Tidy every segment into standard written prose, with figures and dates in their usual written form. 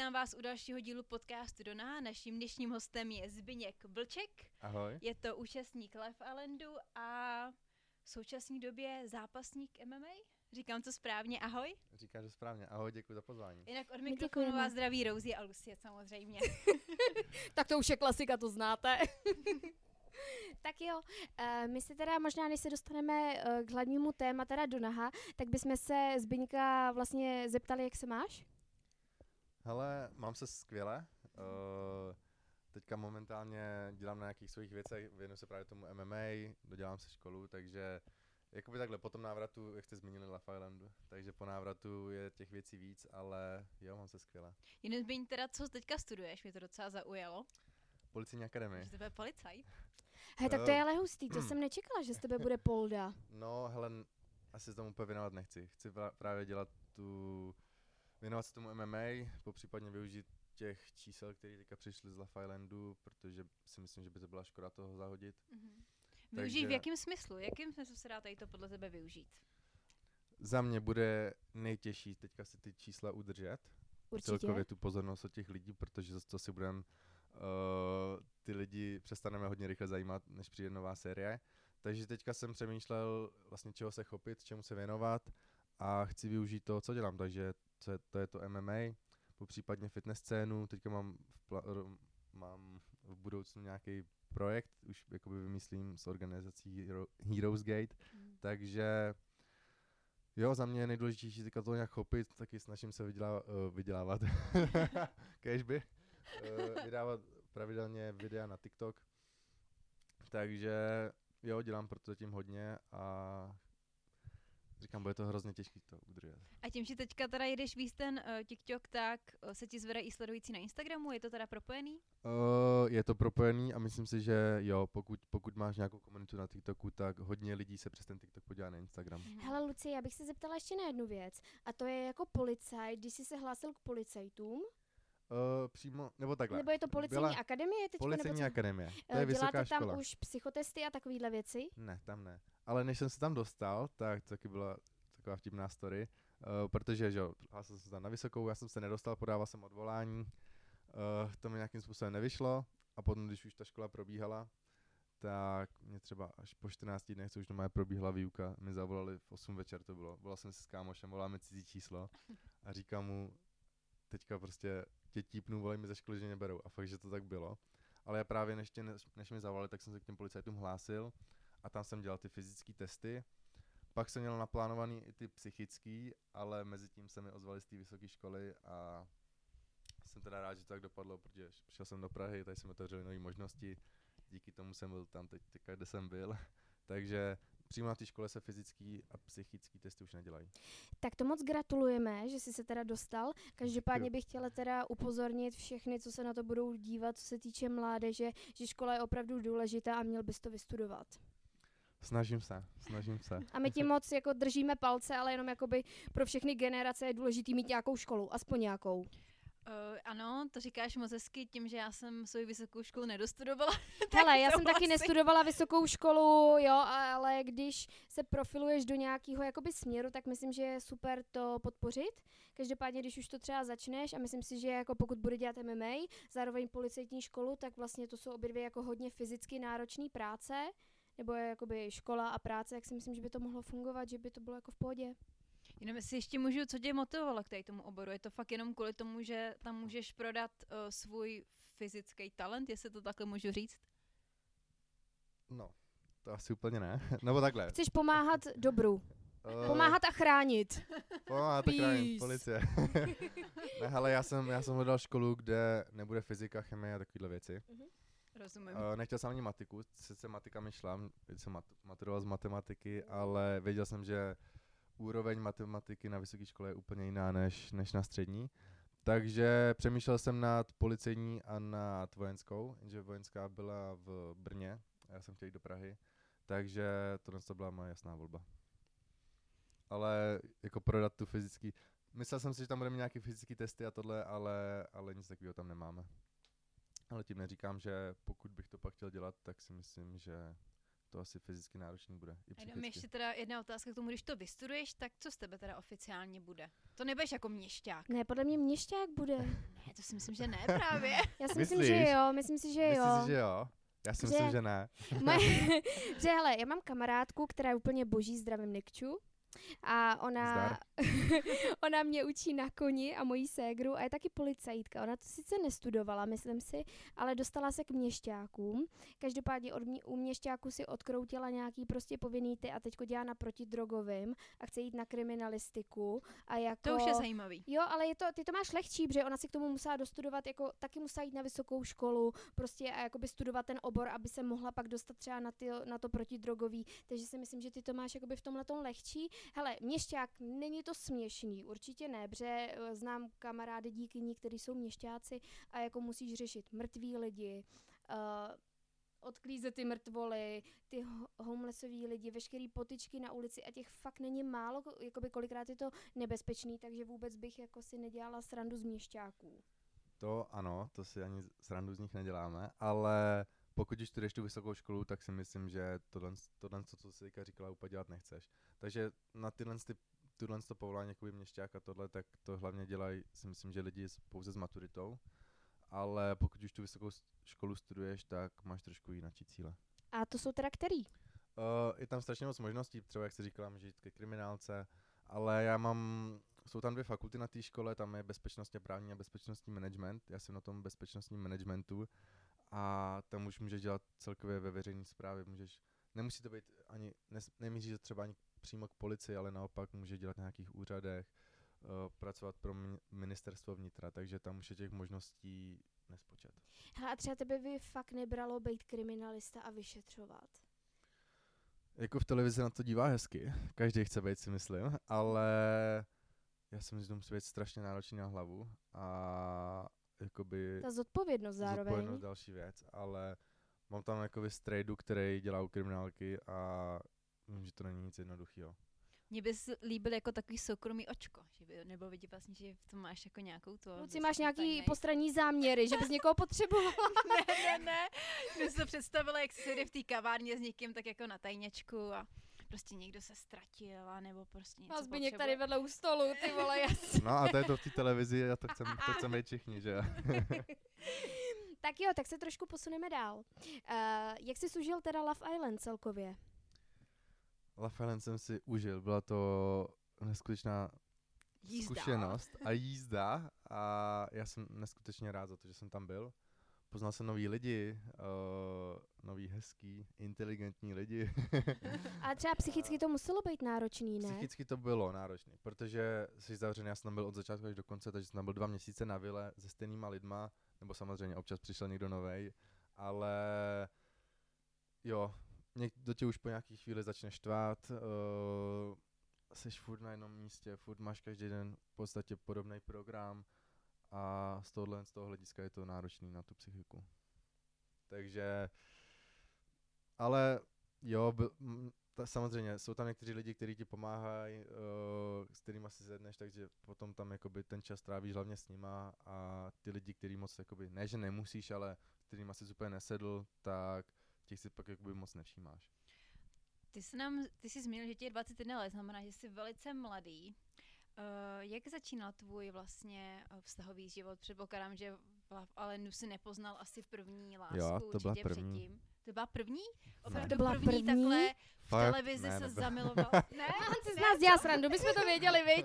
Vítám vás u dalšího dílu podcastu Dona. Naším dnešním hostem je Zbyněk Vlček. Ahoj. Je to účastník Love Islandu a v současné době zápasník MMA. Říkám to správně, ahoj. Říkáš to správně, ahoj, děkuji za pozvání. Jinak od mikrofonu vás zdraví Rosie a Lucie samozřejmě. Tak to už je klasika, to znáte. Tak jo, my se teda možná, než se dostaneme k hlavnímu téma teda Donaha, tak bychom se Zbyňka vlastně zeptali, jak se máš? Hele, mám se skvěle. Teďka momentálně dělám na nějakých svých věcech, věnuju se právě tomu MMA, dodělám se školu, takže jakoby takhle po tom návratu, jak jste zmínili Love Islandu, takže po návratu je těch věcí víc, ale jo, mám se skvěle. Jinak Zbyň, teda co teďka studuješ, mě to docela zaujalo. Policejní akademii. Že to bude policajt. Hej, tak to je ale hustý, to jsem nečekala, že z tebe bude polda. No, hele, asi se tomu úplně věnovat nechci. Chci právě věnovat se tomu MMA, popřípadně využít těch čísel, které teďka přišly z Love Islandu, protože si myslím, že by to byla škoda toho zahodit. Mhm. Využít v jakém smyslu? Jakým smyslu se dá tady to podle tebe využít? Za mě bude nejtěžší teďka si ty čísla udržet. Určitě. Celkově tu pozornost od těch lidí, protože zase to si budeme ty lidi přestaneme hodně rychle zajímat, než přijde nová série. Takže teďka jsem přemýšlel vlastně čeho se chopit, čemu se věnovat a chci využít to, co dělám. Takže to je to MMA, popřípadně fitness scénu. Teďka mám v budoucnu nějaký projekt, už jakoby vymyslím s organizací Heroes Gate, takže jo, za mě je nejdůležitější teďka to nějak chopit, taky snažím se vydělávat cashby, vydávat pravidelně videa na TikTok, takže jo, dělám proto tím hodně a říkám, bude to hrozně těžké to udržet. A tím, že teďka teda jedeš víc ten TikTok, tak se ti zvedají i sledující na Instagramu, je to teda propojený? Je to propojený a myslím si, že jo, pokud máš nějakou komunitu na TikToku, tak hodně lidí se přes ten TikTok podívá na Instagram. Hele Lucie, já bych se zeptala ještě na jednu věc, a to je jako policajt, když jsi se hlásil k policajtům. Přímo, nebo takhle. Nebo je to policejní akademie teďko? Policejní akademie, to je vysoká děláte tam škola. už psychotesty a takovýhle věci? Ne, tam ne. Ale než jsem se tam dostal, tak to taky byla taková vtipná story, protože že jo, hlásil jsem se tam na vysokou, já jsem se nedostal, podával jsem odvolání, to mi nějakým způsobem nevyšlo a potom, když už ta škola probíhala, tak mě třeba až po 14 dnech, co už doma probíhala výuka, mi zavolali v 8 večer to bylo, volal jsem si s kámošem, voláme cizí číslo a říkám mu, teďka prostě tě típnu, volají mi ze školy, že mě berou a fakt, že to tak bylo. Ale já právě než mi zavolali, tak jsem se k těm policajtům hlásil a tam jsem dělal ty fyzické testy. Pak jsem měl naplánovaný i ty psychický, ale mezi tím se mi ozvali z té vysoké školy a jsem teda rád, že to tak dopadlo, protože přišel jsem do Prahy, tady jsem otevřeli nové možnosti, díky tomu jsem byl tam teďka, kde jsem byl. Takže přímo na té škole se fyzický a psychický testy už nedělají. Tak to moc gratulujeme, že jsi se teda dostal. Každopádně bych chtěla teda upozornit všechny, co se na to budou dívat, co se týče mládeže, že škola je opravdu důležitá a měl bys to vystudovat. Snažím se. A my ti moc jako držíme palce, ale jenom jakoby pro všechny generace je důležitý mít nějakou školu, aspoň nějakou. Ano, to říkáš moc hezky tím, že já jsem svou vysokou školu nedostudovala. Hele, já jsem taky nestudovala vysokou školu, jo, ale když se profiluješ do nějakého jakoby směru, tak myslím, že je super to podpořit. Každopádně, když už to třeba začneš a myslím si, že jako pokud bude dělat MMA, zároveň policejní školu, tak vlastně to jsou obě dvě jako hodně fyzicky náročné práce, nebo je jakoby škola a práce, tak si myslím, že by to mohlo fungovat, že by to bylo jako v pohodě. Jenom jestli ještě můžu, co tě motivovalo k tady tomu oboru? Je to fakt jenom kvůli tomu, že tam můžeš prodat svůj fyzický talent, jestli to takhle můžu říct? No, to asi úplně ne. Nebo takhle. Chceš pomáhat dobru. Pomáhat a chránit. Pomáhat a chránit, policie. Ne, hele, já jsem hledal školu, kde nebude fyzika, chemie a takovéhle věci. Rozumím. Nechtěl jsem ani matiku, sice matika mi šla, jsem maturoval z matematiky, ale věděl jsem, že úroveň matematiky na vysoké škole je úplně jiná než na střední. Takže přemýšlel jsem nad policejní a nad vojenskou, jenže vojenská byla v Brně a já jsem chtěl jít do Prahy, takže to byla moje jasná volba. Ale jako prodat tu fyzický, myslel jsem si, že tam budeme nějaké fyzické testy a tohle, ale nic takového tam nemáme. Ale tím neříkám, že pokud bych to pak chtěl dělat, tak si myslím, že to asi fyzicky náročný bude. I A jenom psychicky. ještě teda jedna otázka k tomu, když to vystuduješ, tak co z tebe teda oficiálně bude? To nebudeš jako měšťák. Ne, podle mě měšťák bude. Ne, to si myslím, že ne právě. Já si myslím, Myslíš? že jo, myslím si, že jo. Myslíš si, že jo? Já si myslím, že ne. Že hele, já mám kamarádku, která je úplně boží, zdravím Nikču. A Zdar. ona mě učí na koni a mojí ségru a je taky policajtka. Ona to sice nestudovala, myslím si, ale dostala se k měšťákům. Každopádně u měšťáků si odkroutila nějaký prostě povinný ty a teďko dělá na protidrogovým a chce jít na kriminalistiku. A jako... To už je zajímavý. Jo, ale ty to máš lehčí, protože ona si k tomu musela dostudovat, jako taky musela jít na vysokou školu prostě a jakoby studovat ten obor, aby se mohla pak dostat třeba na to protidrogový. Takže si myslím, že ty to máš jakoby v tomhletom lehčí. Hele, měšťák, není to směšný, určitě ne, protože znám kamarády díkyní, kteří jsou měšťáci a jako musíš řešit mrtví lidi, odklízet ty mrtvoly, ty homelessový lidi, veškerý potyčky na ulici a těch fakt není málo, jakoby kolikrát je to nebezpečný, takže vůbec bych jako si nedělala srandu z měšťáků. To ano, to si ani srandu z nich neděláme, ale pokud už studuješ tu vysokou školu, tak si myslím, že tohle co jsi teďka říkala, úplně dělat nechceš. Takže na tohle povolání jakoby měšťák a tohle, tak to hlavně dělají, si myslím, že lidi pouze s maturitou, ale pokud už tu vysokou školu studuješ, tak máš trošku jináčí cíle. A to jsou teda který? Je tam strašně moc možností, třeba jak jsi říkala, může jít ke kriminálce, ale jsou tam 2 fakulty na té škole, tam je bezpečnostně právní a bezpečnostní management, já jsem na tom bezpečnostním managementu a tam už můžeš dělat celkově ve veřejné správě, nemusí to být ani, nemíří třeba ani přímo k policii, ale naopak můžeš dělat na nějakých úřadech, pracovat pro ministerstvo vnitra, takže tam už je těch možností nespočet. Hele, a třeba tebe by fakt nebralo být kriminalista a vyšetřovat? Jako v televizi na to dívá hezky, každý chce být, si myslím, ale já si myslím, že to musí být strašně náročný na hlavu a jakoby... Ta zodpovědnost zároveň. Zodpovědnost další věc, ale mám tam jakoby strejdu, který dělá u kriminálky a vím, že to není nic jednoduchého. Mně by se líbil jako takový soukromý očko, že by, nebo vidět vlastně, že v tom máš jako nějakou to... Kluci, máš nějaký postranní záměry, že bys někoho potřebovala. Ne. Když jsi to představila, jak jsi jde v té kavárně s někým tak jako na tajňačku a prostě někdo se ztratil a nebo prostě něco potřebuje. Zbyněk tady vedle u stolu, ty vole, jasně. No a to je to v té televizi a to chceme být všichni, že jo? Tak jo, tak se trošku posuneme dál. Jak jsi užil teda Love Island celkově? Love Island jsem si užil, byla to neskutečná zkušenost a jízda a já jsem neskutečně rád za to, že jsem tam byl. Poznal jsem nový lidi, nový hezký, inteligentní lidi. A třeba psychicky to muselo být náročný, ne? Psychicky to bylo náročný, protože jsi zavřený, já jsem tam byl od začátku až do konce, takže jsem tam byl 2 měsíce na vile se stejnýma lidma, nebo samozřejmě občas přišel někdo novej, ale jo, někdo tě už po nějaký chvíli začne štvát, jsi furt na jednom místě, furt máš každý den v podstatě podobný program a z toho hlediska je to náročný na tu psychiku. Takže, ale jo, samozřejmě jsou tam někteří lidi, kteří ti pomáhají, s kterými si sedneš, takže potom tam jakoby ten čas trávíš hlavně s nima a ty lidi, který moc jakoby, ne že nemusíš, ale s kterými jsi úplně nesedl, tak těch si pak jakoby moc nevšímáš. Ty jsi zmínil, že ti je 21 let, znamená, že jsi velice mladý. Jak začínal tvůj vlastně vztahový život? Předpokládám, že v Love Islandu si nepoznal asi první lásku, jo, to byla první. předtím. To byla první? Ne. To byla první? Takhle v Fakt? televizi Ne, se nebyla. zamiloval. Ne? On si z nás dělá srandu, my jsme to věděli, viď?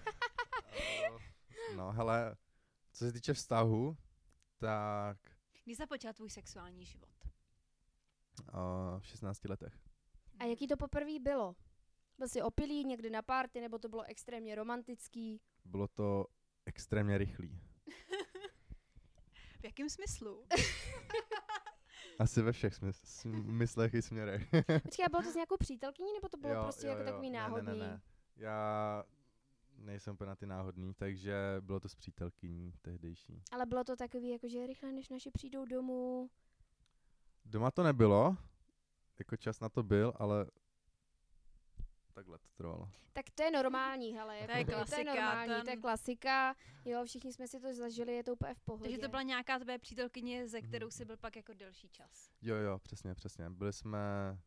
No hele, co se týče vztahu, tak Kdy započal tvůj sexuální život? v 16 letech. A jaký to poprvé bylo? Byl jsi opilý někdy na party, nebo to bylo extrémně romantický? Bylo to extrémně rychlý. V jakém smyslu? Asi ve všech smyslech i směrech. Počkej, a bylo to s nějakou přítelkyní, nebo to bylo prostě jako takový náhodný? Ne. Já nejsem úplně na ty náhodný, takže bylo to s přítelkyní tehdejší. Ale bylo to takový, jakože rychle, než naši přijdou domů. Doma to nebylo, jako čas na to byl, ale takhle to trvalo. Tak to je normální, hele. Jako, To je to je klasika, normální, to je klasika. Jo, všichni jsme si to zažili, je to úplně v pohodě. Takže to byla nějaká tvé přítelkyně, ze kterou jsi byl pak jako delší čas. Jo, přesně. Byli jsme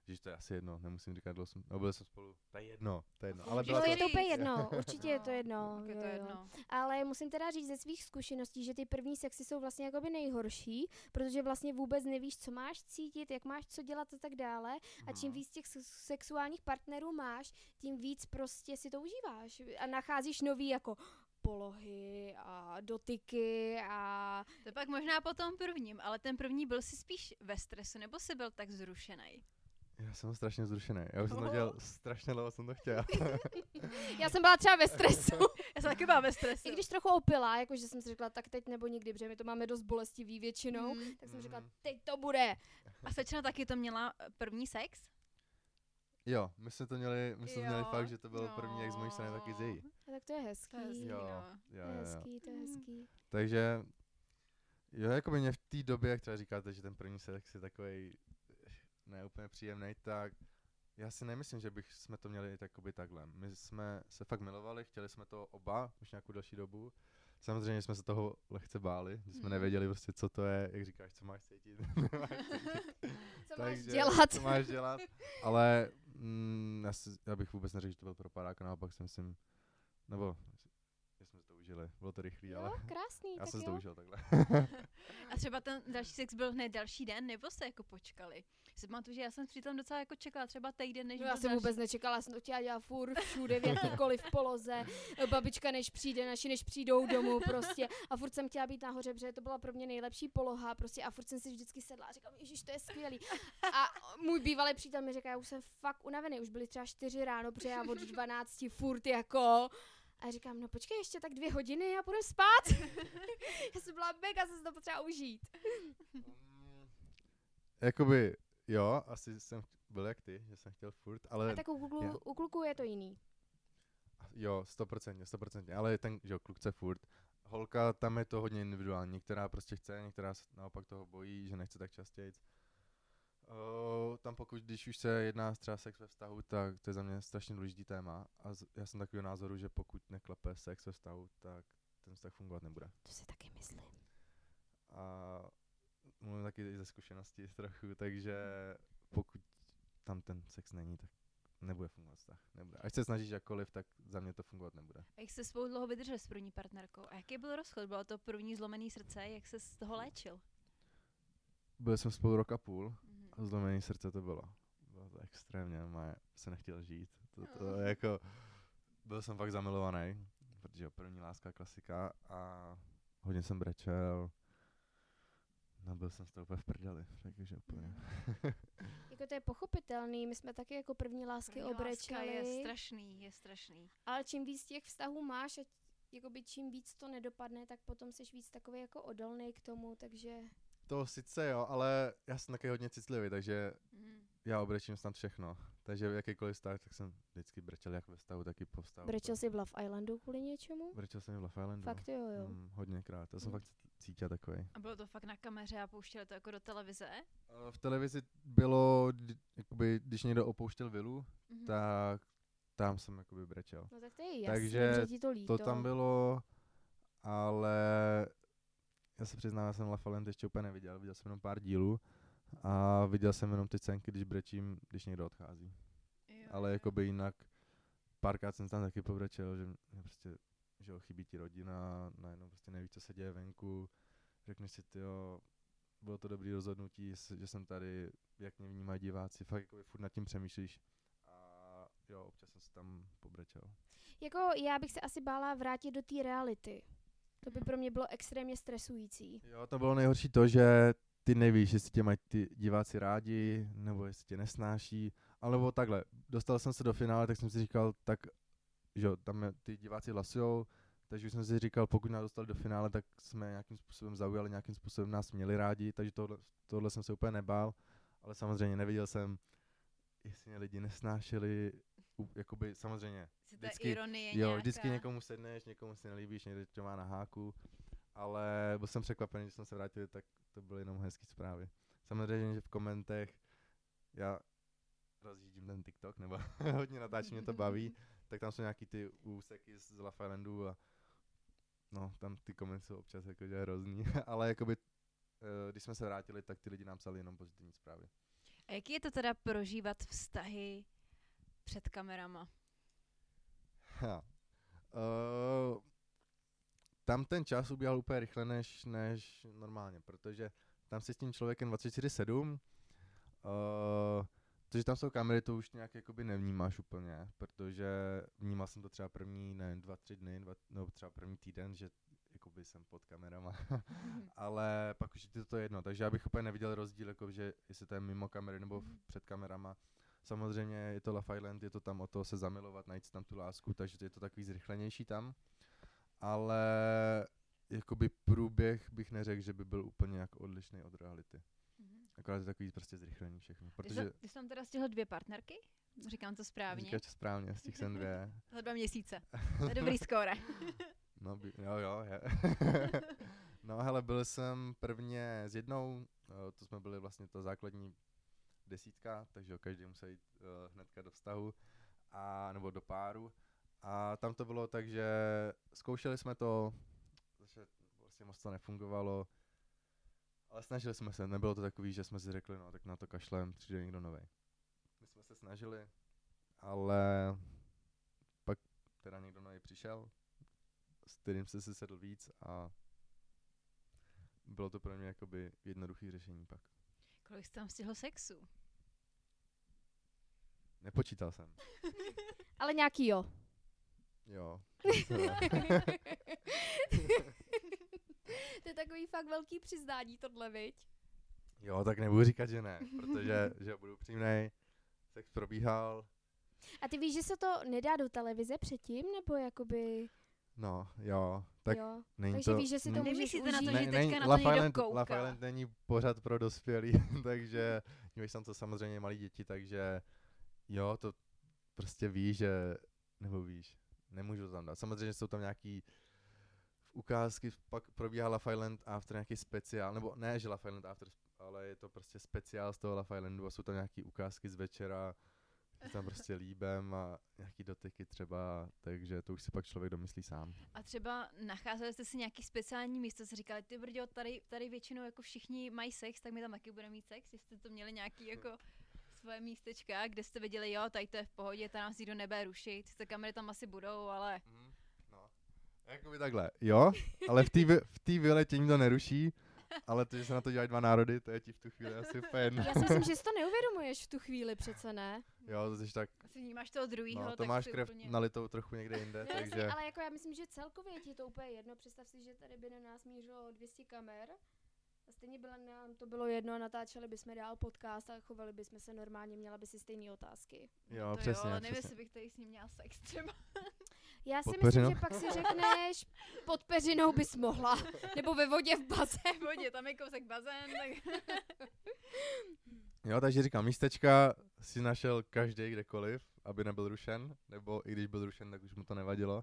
že to je asi jedno, nemusím říkat, byli jsme spolu, to je jedno, ale Jo, byla je to, to úplně jedno, určitě je to jedno. Je to jo, jo. jedno. Ale musím teda říct ze svých zkušeností, že ty první sexy jsou vlastně jakoby nejhorší, protože vlastně vůbec nevíš, co máš cítit, jak máš co dělat a tak dále. A čím víc těch sexuálních partnerů máš, tím víc prostě si to užíváš. A nacházíš nový jako polohy a dotyky a... To pak možná po tom prvním, ale ten první byl si spíš ve stresu, nebo jsi byl tak zrušený? já jsem strašně zrušený, já už jsem to dělal, strašně dlouho jsem to chtěl. Já jsem byla třeba ve stresu. Já jsem taky byla ve stresu. I když trochu opila, jakože jsem si řekla, tak teď nebo nikdy, protože my to máme dost bolestivý většinou, tak jsem řekla, teď to bude. A slečna taky to měla první sex? Jo, my jsme to měli fakt, že to byl Jo. první jak z mojí strany, tak i z její. A tak to je hezký. To je hezký, Jo, no. To je hezký, to je hezký. Takže, jo, jako by mě v té době, jak třeba říkáte, že ten první sex je takovej neúplně příjemný, tak já si nemyslím, že jsme to měli takoby takhle. My jsme se fakt milovali, chtěli jsme to oba už nějakou další dobu. Samozřejmě jsme se toho lehce báli, že jsme nevěděli prostě, co to je, jak říkáš, co máš cítit. Co máš Takže, dělat? Co máš dělat, ale já bych vůbec neřekl, že to byl propadák, naopak si myslím, nebo že jsme to užili, bylo to rychlý, Jo, ale krásný, já tak jsem si to jo. užil takhle. A třeba ten další sex byl hned další den, nebo se jako počkali? Si pamatuju, že já jsem přitom docela jako čekala třeba týden, než No, byl já jsem další. vůbec nečekala, jsem to chtěla dělat furt, všude, v jakýkoliv poloze, babička než přijde, naši než přijdou domů prostě a furt jsem chtěla být nahoře, protože to byla pro mě nejlepší poloha prostě a furt jsem si vždycky sedla a říkám, ježiš, to je skvělý. A můj bývalý přítel mi říká, já už jsem fakt unavený, už byly třeba 4 ráno, protože já od 12 furt jako... A říkám, no počkej, ještě tak 2 hodiny a půjdem spát. Já jsem byla mega, jsem si to potřeba užít. Jakoby, jo, asi jsem byl jak ty, že jsem chtěl furt, ale A tak u kluků je to jiný. jo, 100%, ale ten, že jo, kluk chce furt. Holka, tam je to hodně individuální, některá prostě chce, některá se naopak toho bojí, že nechce tak častěji. Tam pokud, když už se jedná třeba sex ve vztahu, tak to je za mě strašně důležitý téma a já jsem takového názoru, že pokud neklepe sex ve vztahu, tak ten vztah fungovat nebude. To si taky myslím. A mluvím taky i ze zkušenosti trochu, takže pokud tam ten sex není, tak nebude fungovat vztah. Nebude. Až se snažíš jakkoliv, tak za mě to fungovat nebude. A jak jste spolu dlouho vydrželi s první partnerkou? A jaký byl rozchod? Bylo to první zlomený srdce? Jak se z toho léčil? Byli jsme spolu 1,5 roku a zlomený srdce to bylo. Bylo to extrémně, se nechtěl žít. To jako, byl jsem fakt zamilovaný, protože první láska klasika a hodně jsem brečel. No, byl jsem z toho úplně v prdeli, takže úplně. Jako to je pochopitelný, my jsme taky jako první lásky První láska obrečeli. je strašný. Ale čím víc těch vztahů máš a jakoby čím víc to nedopadne, tak potom jsi víc takový jako odolný k tomu, takže... To sice jo, ale já jsem taky hodně citlivý, takže já obrečím snad všechno. Takže jakýkoliv vztah, tak jsem vždycky brečel jak ve vztahu, tak i po vztahu. Brečel jsi v Love Islandu kvůli něčemu? Brečel jsem i v Love Islandu. Fakt jo. Hodněkrát, to jsem fakt cítil takový. A bylo to fakt na kameře a pouštěli to jako do televize? V televizi bylo, jakoby, když někdo opouštěl vilu, tak tam jsem jakoby brečel. No tak to je jasný, Takže že ti to líto. to tam bylo, ale já se přiznám, já jsem Love Island ještě úplně neviděl, viděl jsem jenom pár dílů a viděl jsem jenom ty scénky, když brečím, když někdo odchází. Jo, Ale jakoby jinak párkrát jsem tam taky pobrečel, že mě prostě, že jo, chybí ti rodina, najednou prostě nevíš, co se děje venku, řekneš si, tyjo, bylo to dobrý rozhodnutí, že jsem tady, jak mě vnímají diváci, fakt jakoby furt nad tím přemýšlíš a jo, občas jsem se tam pobrečel. Jako já bych se asi bála vrátit do té reality. To by pro mě bylo extrémně stresující. Jo, to bylo nejhorší to, že ty nevíš, jestli tě mají ty diváci rádi, nebo jestli tě nesnáší, alebo takhle. Dostal jsem se do finále, tak jsem si říkal, tak, že jo, tam ty diváci hlasujou, takže už jsem si říkal, pokud nás dostali do finále, tak jsme nějakým způsobem zaujali, nějakým způsobem nás měli rádi, takže tohle jsem se úplně nebál, ale samozřejmě neviděl jsem, jestli mě lidi nesnášeli, jakoby samozřejmě. Vždycky, ironie jo, nějaká. vždycky někomu sedneš, někomu si nelíbíš, někdo tě má na háku, ale byl jsem překvapený, že jsme se vrátili, tak to byly jenom hezký zprávy. Samozřejmě, že v komentech já rozjíždím ten TikTok, nebo hodně natáčím, mě to baví, tak tam jsou nějaký ty úseky z Love Islandu a no, tam ty komenty jsou občas jakože hrozný, ale jakoby, když jsme se vrátili, tak ty lidi nám psali jenom pozitivní zprávy. A jaký je to teda prožívat vztahy před kamerama? Tam ten čas ubíhal úplně rychle než normálně, protože tam si s tím člověkem 24/7, protože tam jsou kamery, to už nějak jakoby nevnímáš úplně, protože vnímal jsem to třeba první, nevím, 2-3 dny, nebo třeba první týden, že jakoby jsem pod kamerama, ale pak už je to jedno, takže já bych úplně neviděl rozdíl, jako, že jestli to je mimo kamery nebo před kamerama. Samozřejmě je to Love Island, je to tam o to se zamilovat, najít si tam tu lásku, takže je to takový zrychlenější tam, ale jakoby průběh bych neřekl, že by byl úplně jako odlišný od reality. Akorát je takový prostě zrychlení všechno. Protože Ty jsi tam teda stihl 2 partnerky? Říkám to správně. Říkáš to správně, stihl jsem 2. Za 2 měsíce. To je dobrý skóre. No, jo, je. No hele, byl jsem prvně s jednou, to jsme byli vlastně ta základní 10, takže každý musel jít hnedka do vztahu, nebo do páru. A tam to bylo tak, že zkoušeli jsme to, že vlastně moc to nefungovalo, ale snažili jsme se, nebylo to takový, že jsme si řekli, no tak na to kašlem, přijde někdo novej. My jsme se snažili, ale pak teda někdo nový přišel, s kterým jsem si sedl víc a bylo to pro mě jakoby jednoduchý řešení pak. Kolik jsi tam stihl sexu? Nepočítal jsem. Ale nějaký jo. Jo. To je takový fakt velký přiznání tohle, viď? Jo, tak nebudu říkat, že ne, protože že budu upřímnej, sex probíhal. A ty víš, že se to nedá do televize předtím, nebo jakoby... No, jo, tak jo. není Takže to... víš, že si to můžeš Nemyslíte na to, užít? že teďka na to Love někdo Island, kouká. Love Island není pořad pro dospělí, takže máš tam to samozřejmě malí děti, takže jo, to prostě víš, že, nebo víš, nemůžu to tam dát. Samozřejmě jsou tam nějaký ukázky, pak probíhá Love Island After nějaký speciál, nebo ne, že Love Island After, ale je to prostě speciál z toho Love Islandu a jsou tam nějaký ukázky z večera, je tam prostě líbem a nějaký dotyky třeba, takže to už si pak člověk domyslí sám. A třeba nacházeli jste si nějaký speciální místo, jste říkali, ty brďo, tady většinou jako všichni mají sex, tak my tam taky budeme mít sex, jestli jste to měli nějaký jako svoje místečka, kde jste věděli, jo, tady to je v pohodě, tady nás nikdo nebude rušit, ty kamery tam asi budou, ale... No, jakoby takhle, jo, ale v té vile tě nikdo neruší, ale to, že se na to dělají 2 národy, to je ti v tu chvíli asi úplně jedno. Já si myslím, že si to neuvědomuješ v tu chvíli přece, ne? Jo, to jsi tak, Asi vnímáš toho druhýho, no, to tak máš si krev úplně... nalitou trochu někde jinde, No, jasně, takže... ale jako já myslím, že celkově ti to úplně jedno. Představ si, že tady by na nás mířilo 200 kamer a stejně nám to bylo jedno a natáčeli bychom dál podcast a chovali bychom se normálně, měla by si stejné otázky. Jo, to přesně, jo, ale nevím, přesně. jestli bych tady s ním měla sex třeba. Já si Pod myslím, peřinou? že pak si řekneš, pod peřinou bys mohla, nebo ve vodě v bazénu. V vodě, tam je kousek bazén, tak... Jo, takže říkám, místečka si našel každý kdekoliv, aby nebyl rušen, nebo i když byl rušen, tak už mu to nevadilo.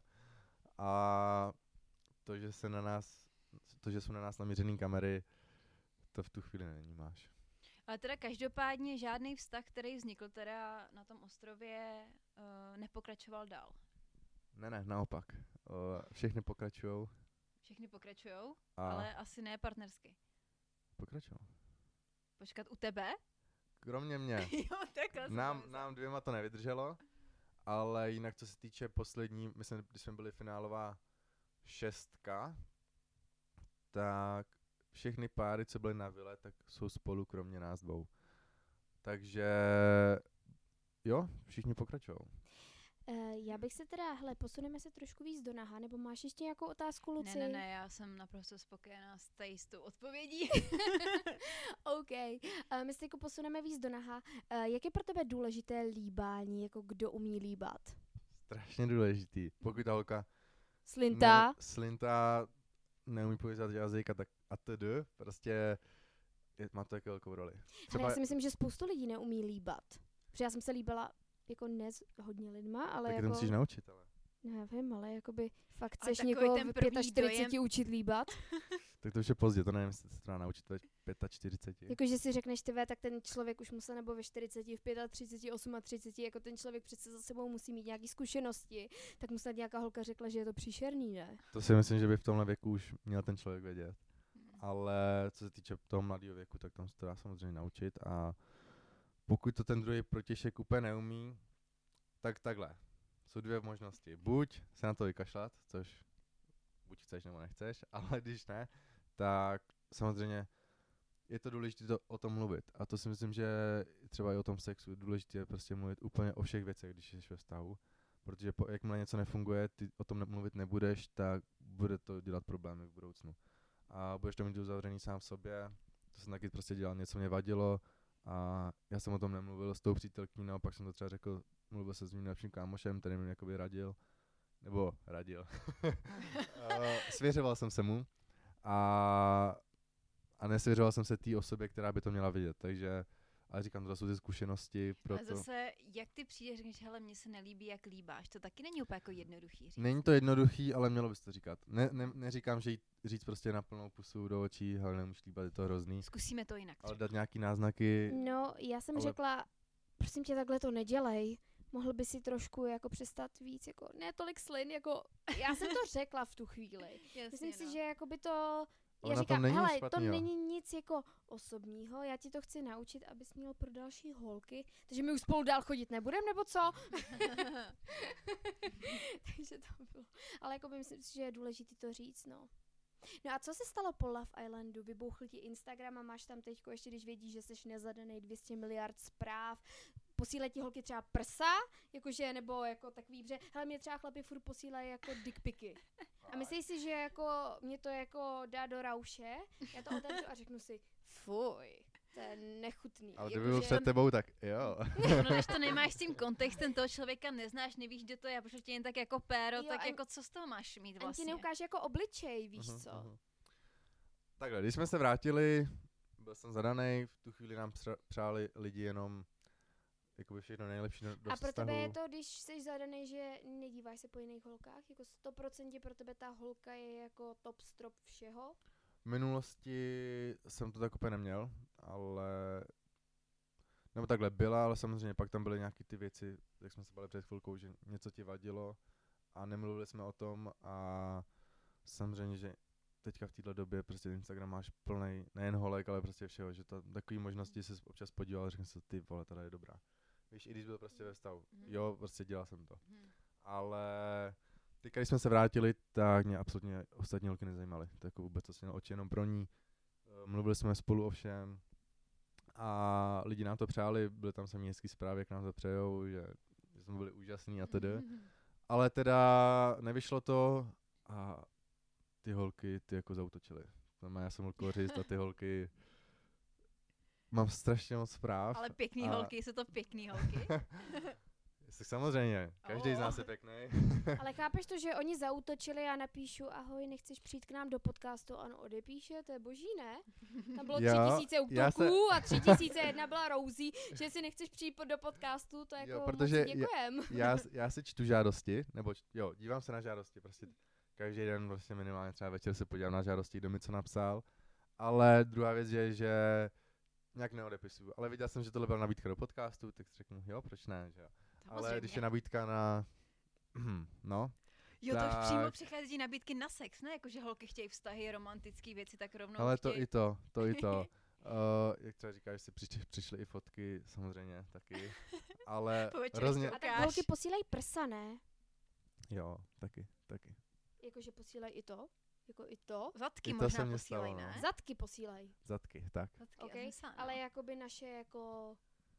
A to, že jsou na nás namířený kamery, to v tu chvíli nevnímáš. Ale teda každopádně žádný vztah, který vznikl teda na tom ostrově, nepokračoval dál. Ne, naopak. Všechny pokračujou. Všechny pokračujou, A ale asi ne partnersky. pokračujou. Počkat, u tebe? Kromě mě. Jo, takhle. Nám 2 to nevydrželo, ale jinak co se týče poslední, myslím, když jsme byli finálová 6, tak všechny páry, co byly na vile, tak jsou spolu kromě nás 2. Takže jo, všichni pokračují. Já bych se teda, posuneme se trošku víc do naha, nebo máš ještě nějakou otázku, Luci? Ne, já jsem naprosto spokojená s tou odpovědí. OK. My se jako posuneme víc do naha. Jak je pro tebe důležité líbání, jako kdo umí líbat? Strašně důležitý. Pokud ta holka Slinta? neumí povězat jazyk a tak a td. Prostě má to jako velkou roli. Ale já si myslím, že spoustu lidí neumí líbat. Protože já jsem se líbila jako ne s hodně lidma, ale tak jako... to musíš naučit, ale. Nevím, ale jakoby fakt Ale chceš takový někoho ten v první 45 dojem- učit líbat. Tak to už je pozdě, to nevím, jestli se to dá naučit ve 45. Jakože si řekneš ty, tak ten člověk už musel nebo ve 40, v 35, 38, jako ten člověk přece za sebou musí mít nějaké zkušenosti, tak mu snad nějaká holka řekla, že je to příšerný, ne? To si myslím, že by v tomhle věku už měl ten člověk vědět. Ale co se týče toho mladého věku, tak tam se to dá samozřejmě naučit a pokud to ten druhý protějšek úplně neumí, tak takhle. Jsou dvě možnosti. Buď se na to vykašlat, což buď chceš nebo nechceš, ale když ne, tak samozřejmě je to důležité o tom mluvit. A to si myslím, že třeba i o tom sexu je důležité prostě mluvit úplně o všech věcech, když jsi ve vztahu. Protože jakmile něco nefunguje, ty o tom mluvit nebudeš, tak bude to dělat problémy v budoucnu. A budeš to mít uzavřený sám v sobě. To jsem taky prostě dělal, něco mě vadilo a já jsem o tom nemluvil s tou přítelkyní, naopak jsem to třeba řekl, mluvil se s mým nejlepším kámošem, který mi jakoby radil. Svěřoval jsem se mu a nesvěřoval jsem se té osobě, která by to měla vidět, takže, ale říkám, to jsou ty zkušenosti, proto... A zase, jak ty přijdeš, řekneš, hele, mně se nelíbí, jak líbáš, to taky není úplně jako jednoduchý říct. Není to jednoduchý, ale mělo bys to říkat. Neříkám, že říct prostě na plnou pusu do očí, hele, nemůžeš líbat, je to hrozný. Zkusíme to jinak. Ale dát nějaký náznaky. No, já jsem řekla, prosím tě, takhle to nedělej. Mohl by si trošku jako přestat víc, jako ne tolik slin, jako já jsem to řekla v tu chvíli. Jasně, Myslím si, no. že jakoby to, Ale já na tom říkám, není hele, špatný, to jo. není nic jako osobního, já ti to chci naučit, abys měl pro další holky, takže my už spolu dál chodit nebudem, nebo co? Takže to bylo, ale jako myslím si, že je důležité to říct, no. No a co se stalo po Love Islandu? Vybouchl ti Instagram a máš tam teďko, ještě když vědíš, že jsi nezadanej 200 miliard zpráv, posílají ti holky třeba prsa, jakože, nebo jako takový bře. Hele, mě třeba chlapi furt posílají jako dickpiky. A myslíš si, že jako mě to jako dá do rauše, já to otevřu a řeknu si, fuj, to je nechutný. Ale Jako, kdyby byl že- před tebou, tak jo. No, než to nemáš s tím kontextem toho člověka, neznáš, nevíš, kde to je, a protože tě jen tak jako péro, Jo, tak ani- jako co z toho máš mít Ani ti vlastně? neukáže jako obličej, víš co. Takhle, když jsme se vrátili, byl jsem zadanej, v tu chvíli nám přáli lidi jenom jakoby všechno nejlepší do A pro vztahu. tebe je to, když jsi zadanej, že nedíváš se po jiných holkách? Jako 100% pro tebe ta holka je jako top strop všeho? V minulosti jsem to tak úplně neměl, ale... Nebo takhle byla, ale samozřejmě pak tam byly nějaký ty věci, jak jsme se bavili před chvilkou, že něco ti vadilo a nemluvili jsme o tom a samozřejmě, že teďka v této době prostě Instagram máš plnej nejen holek, ale prostě všeho, že to takový možnosti se občas podíval a řekl si, ty vole, tady je dobrá. Víš, i když byl prostě ve stavu. Jo, prostě dělal jsem to. Ale teďka, když jsme se vrátili, tak mě absolutně ostatní holky nezajímaly. To jako vůbec to měl oči jenom pro ní. Mluvili jsme spolu o všem a lidi nám to přáli, byly tam sami hezký zprávy, jak nám to přejou, že jsme byli úžasní a tedy. Ale teda nevyšlo to a ty holky, ty jako zaútočily. Já jsem byl kořist a ty holky... Mám strašně moc zpráv. Ale pěkný holky, jsou to pěkný holky. Samozřejmě, každý z nás je pěkný. Ale chápeš to, že oni zaútočili a napíšu, ahoj, nechceš přijít k nám do podcastu? Ano, odepíše, to je boží, ne? Tam bylo Jo, 3000 útoků a 3001 byla Rousy, že si nechceš přijít do podcastu, to jako Jo, moc protože děkujem. já si čtu žádosti, nebo dívám se na žádosti, prostě každý den vlastně minimálně třeba večer se podívám na žádosti, kdo mi co napsal, ale druhá věc je, že nějak neodepisuju, ale viděl jsem, že tohle byla nabídka do podcastu, tak si řeknu, jo, proč ne, že jo. Ale když je nabídka na, no. Jo, to už tak- přímo přichází nabídky na sex, ne? Jakože holky chtějí vztahy, romantické věci, tak rovnou Ale chtějí... to i to. Jak třeba říkáš, si přišly i fotky, samozřejmě, taky. Ale Po večerech hrozně, to A tak ukáž. holky posílají prsa, ne? jo, taky. Jakože posílají i to? Jako i to? Zadky I to možná se mně posílají, stalo, no. ne? Zadky posílají, Zadky, tak. Zadky, OK? já jsem myslela, Ale no. jakoby naše jako...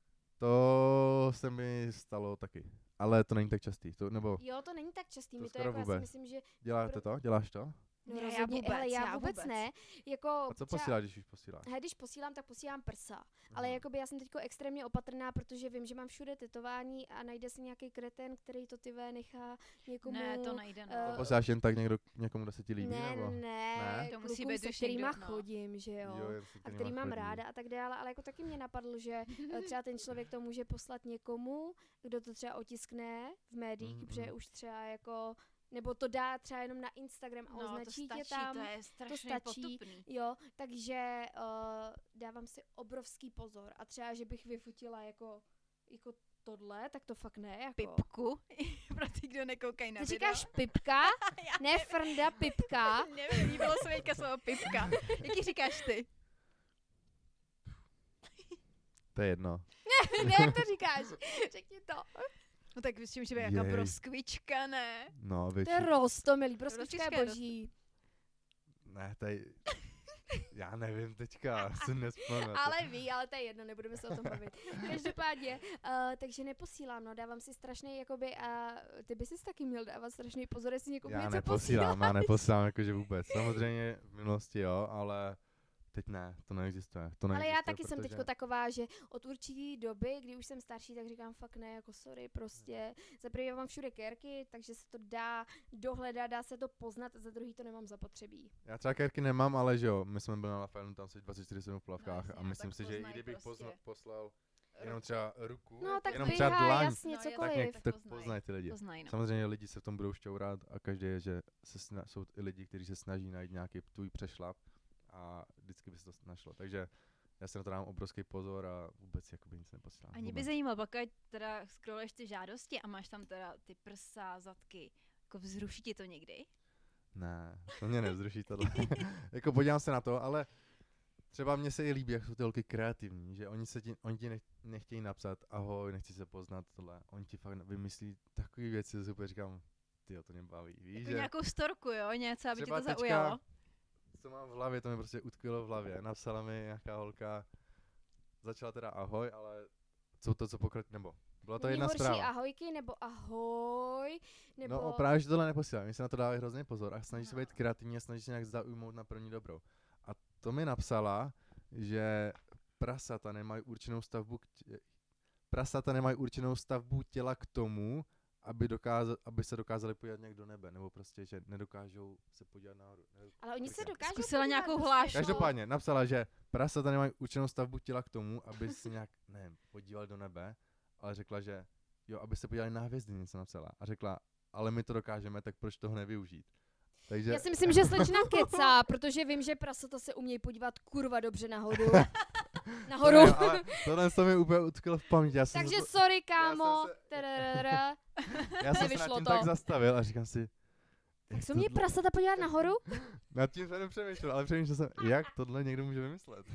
To se mi stalo taky. Ale to není tak častý, nebo Jo, to není tak častý, To mi to skoro jako, já si vůbec. myslím, že... děláte to? Děláš to? No Ne, já rozhodně, vůbec, hele, já já vůbec vůbec. ne. Jako A co třeba- posíláš, když už posíláš? Hele, když posílám, tak posílám prsa. Ale jakoby já jsem teďko extrémně opatrná, protože vím, že mám všude tetování a najde se nějaký kreten, který to tyvé nechá někomu... Ne, to nejde, no. To Posíláš jen tak někomu, kdo se ti líbí, ne, nebo? ne, To musí klukům, být se už kterýma někdo, no. chodím, že jo. jen se A kterýma který mám chodí. ráda a tak dále, ale jako taky mě napadlo, že třeba ten člověk to může poslat někomu, kdo to třeba otiskne v médiích, Mhm, protože mhm. už třeba jako, nebo to dá třeba jenom na Instagram a No, to označí stačí, tě tam. to je strašně stačí. potupný. Jo, takže dávám si obrovský pozor a třeba, že bych vyfotila jako tohle, tak to fakt ne, jako. Pipku, pro ty, kdo nekoukají na Ty video. říkáš pipka, Já ne frnda, pipka. nevím, líbilo se mi teďka slovo pipka. Jaký říkáš ty? To je jedno. Ne, jak to říkáš? Řekni to. No tak myslím, že by jaká broskvička, ne? No, To je větší. rostomilý, broskvička Broskvička je je boží. Ne, tady... Já nevím teďka, si nespomenu. Ale ví, ale to je jedno, nebudeme se o tom bavit. Každopádně, takže neposílám, no, dávám si strašný, jakoby, a ty bys si taky měl dávat strašný pozor, jestli někomu něco posíláš. Já neposílám jakože vůbec. Samozřejmě v minulosti jo, ale teď ne, to neexistuje. Ale já taky jsem teďko taková, že od určitý doby, kdy už jsem starší, tak říkám fakt ne, jako sorry, prostě. Za první mám všude kérky, takže se to dá dohledat, dá se to poznat, a za druhý to nemám zapotřebí. Já třeba kérky nemám, ale že jo, my jsme byli na Lafayette, tam se 24/7 v plavkách jasně, a myslím tak si, že i poznají kdybych prostě. poslal jenom třeba ruku, No tak jenom třeba běhá, dlaň, jasně, No, cokoliv. tak poznají. poznají ty lidi. Poznají, no. Samozřejmě lidi se v tom budou šťourat a každý je, že jsou i lidi, kteří se snaží najít nějaký tvůj přešlap a vždycky by se to našlo. Takže já se na to dám obrovský pozor a vůbec jakoby nic neposílám. A mě by zajímalo, pokud teda scrolluješ ty žádosti a máš tam teda ty prsa, zadky, jako vzruší ti to někdy? Ne, to mě nevzruší tohle. Jako podívám se na to, ale třeba mně se i líbí, jak jsou ty holky kreativní, že oni ti nechtějí napsat ahoj, nechci se poznat tohle. Oni ti fakt vymyslí takové věci, že super říkám, tyjo, to mě baví, víš, Jako že nějakou storku, jo? Něco, aby tě třeba to zaujalo? co mám v hlavě, to mi prostě utkvělo v hlavě. Napsala mi nějaká holka, začala teda ahoj, ale co nebo byla to Není jedna horší zpráva. ahojky, nebo ahoj, nebo... No právě, že tohle neposílám, mi se na to dávají hrozný pozor a snaží se být kreativní a snaží se nějak zaujmout na první dobrou. A to mi napsala, že prasata nemají určenou stavbu těla k tomu, aby se dokázali podívat nějak do nebe, nebo prostě, že nedokážou se podívat nahoru. Ale oni se dokážou Zkusila podívat nějakou prostě, hlášku. Každopádně napsala, že prasata nemají určenou stavbu těla k tomu, aby se nějak, nevím, podívali do nebe, ale řekla, že jo, aby se podívali na hvězdy, něco napsala. A řekla, ale my to dokážeme, tak proč toho nevyužít? Takže... Já si myslím, že slečna kecá, protože vím, že prasata se umějí podívat kurva dobře nahoru. Nahoru. Ne, ale tohle to mi úplně utkvělo v paměti. Takže sorry, kámo. Tadadada. Já jsem se nad Nevyšlo tím to. tak zastavil a říkám si, Tak se umějí prasata podívat nahoru? nad tím jsem nepřemýšlel, ale přemýšlel jsem, jak tohle někdo může vymyslet.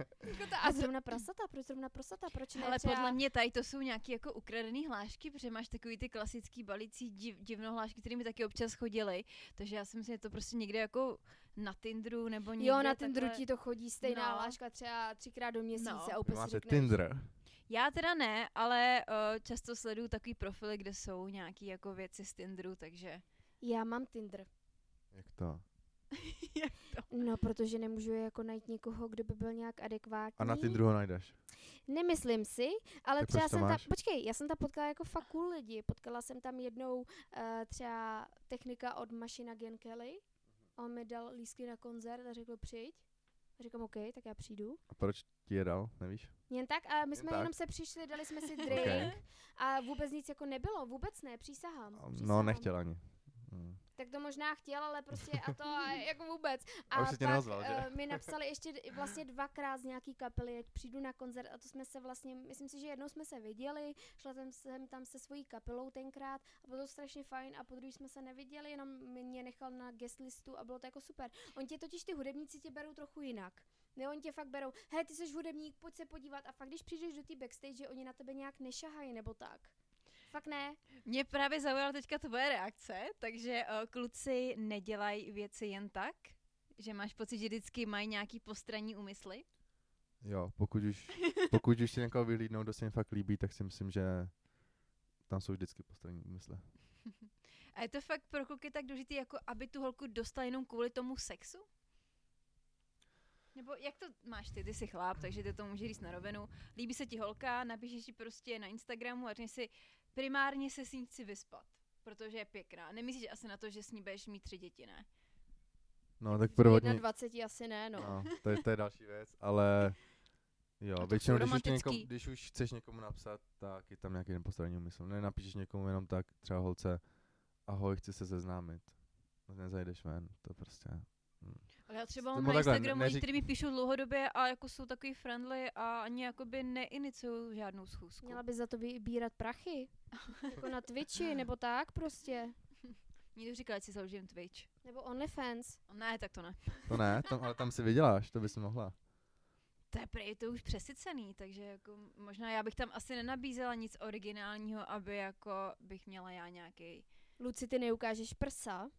A zrovna prasata? Proč zrovna prasata? Proč ne Ale třeba... podle mě tady to jsou nějaký jako ukradený hlášky, protože máš takový ty klasický balící divnohlášky, které mi taky občas chodily. Takže já si myslím, že to prostě někde jako na Tinderu nebo někde Jo, na Tinderu takhle... ti to chodí stejná No. hláška třeba 3krát do měsíce No. a úplně si Máte řekneš... Tinder. Já teda ne, ale často sleduju takový profily, kde jsou nějaký jako věci z Tinderu, takže... Já mám Tinder. Jak to? Jak to? No, protože nemůžu jako najít někoho, kdo by byl nějak adekvátní. A na Tinderu ho najdeš. Nemyslím si, ale Tak třeba proč to jsem tam, máš? počkej, já jsem tam potkala jako fakt cool lidi. Potkala jsem tam jednou třeba technika od Machina Gun Kelly. On mi dal lístky na koncert a řekl přijď. A říkám OK, tak já přijdu. A proč ti je dal, nevíš? Jen tak a my Jen jsme tak? jenom se přišli, dali jsme si drink Okay. a vůbec nic jako nebylo, vůbec ne, přísahám. No, přísahám. nechtěl ani. Tak to možná chtěl, ale prostě a to a jako vůbec. A už se tě pak neozval, že? mi napsali ještě vlastně 2krát z nějaký kapely, ať přijdu na koncert a to jsme se vlastně, myslím si, že jednou jsme se viděli, šla jsem tam se svojí kapelou tenkrát a bylo to strašně fajn a po druhý jsme se neviděli, jenom mě nechal na guest listu a bylo to jako super. Oni tě totiž ty hudebníci tě berou trochu jinak. Ne, oni tě fakt berou, hej, ty jsi hudebník, pojď se podívat a fakt když přijdeš do té backstage, oni na tebe nějak nešahají nebo tak. Fakt ne. Mě právě zaujala teďka tvoje reakce, takže kluci nedělají věci jen tak, že máš pocit, že vždycky mají nějaký postranní úmysly. Jo, pokud už si někoho vyhlídnou, kdo se jim fakt líbí, tak si myslím, že tam jsou vždycky postranní úmysly. A je to fakt pro kluky tak důležitý, jako aby tu holku dostal jenom kvůli tomu sexu? Nebo jak to máš ty jsi chlap, takže ty to můžeš říct na rovinu. Líbí se ti holka, napíšeš ti prostě na Instagramu a řekneš si, primárně se s ní chci vyspat, protože je pěkná. Nemyslíš asi na to, že s ní budeš mít 3 děti, ne? No, tak prvotně... 21 asi ne, no. No, to je další věc, ale jo, to většinou, jsou když už chceš někomu napsat, tak je tam nějaký nepostranný úmysl. Nenapíšeš někomu jenom tak, třeba holce, ahoj, chci se seznámit. Nezajdeš ven, to prostě... Ale já třeba Nebo mám na takhle, Instagramu lidi, kteří mi píšou dlouhodobě a jako jsou takový friendly a ani jakoby neiniciují žádnou schůzku. Měla by za to vybírat prachy. Jako na Twitchi, nebo tak prostě. Někdo říkal, ať si založím Twitch. Nebo OnlyFans. Ne, tak to ne. To ne, ale tam si vyděláš, to bys mohla. to je prej to už přesycený, takže jako možná já bych tam asi nenabízela nic originálního, aby jako bych měla já nějaký. Luci, ty neukážeš prsa?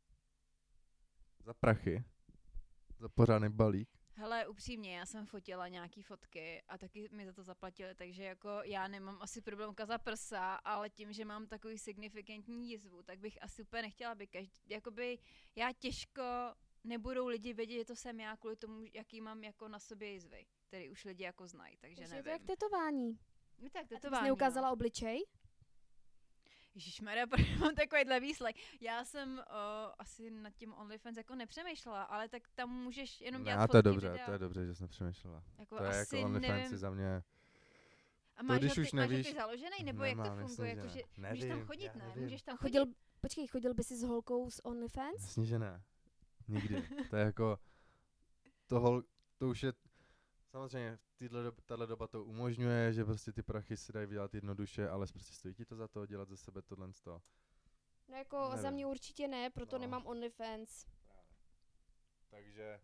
Za prachy. Za pořádný balík. Hele, upřímně, já jsem fotila nějaký fotky a taky mi za to zaplatili, takže jako já nemám asi problém ukázat prsa, ale tím, že mám takový signifikantní jizvu, tak bych asi úplně nechtěla, aby jakoby já těžko nebudou lidi vědět, že to jsem já kvůli tomu, jaký mám jako na sobě jizvy, který už lidi jako znají, takže Takže nevím. je to jak tetování. No tak A ty bys tetování, neukázala no. obličej? Ježišmarja, mám takovýhle výslech. Já jsem asi nad tím OnlyFans jako nepřemýšlela, ale tak tam můžeš jenom dělat Ne, fotky, to je dobře, videa. to je dobře, že jsi nepřemýšlela. Jako To je asi jako OnlyFans nevím. za mě. A máš, když už máš nevíš- ty založený, nebo jak to Nemám, funguje? jasně, Jako, že že ne. můžeš tam Nevím, chodit, já ne? nevím. Můžeš tam chodit. Chodil by si s holkou z OnlyFans? Jasně, že ne. Nikdy. To je jako, to už je, samozřejmě tahle doba to umožňuje, že prostě ty prachy se dají vydělat jednoduše, ale prostě stojí ti to za to, dělat ze sebe tohle z toho. No jako za Nevím. mě určitě ne, proto No. nemám OnlyFans. Takže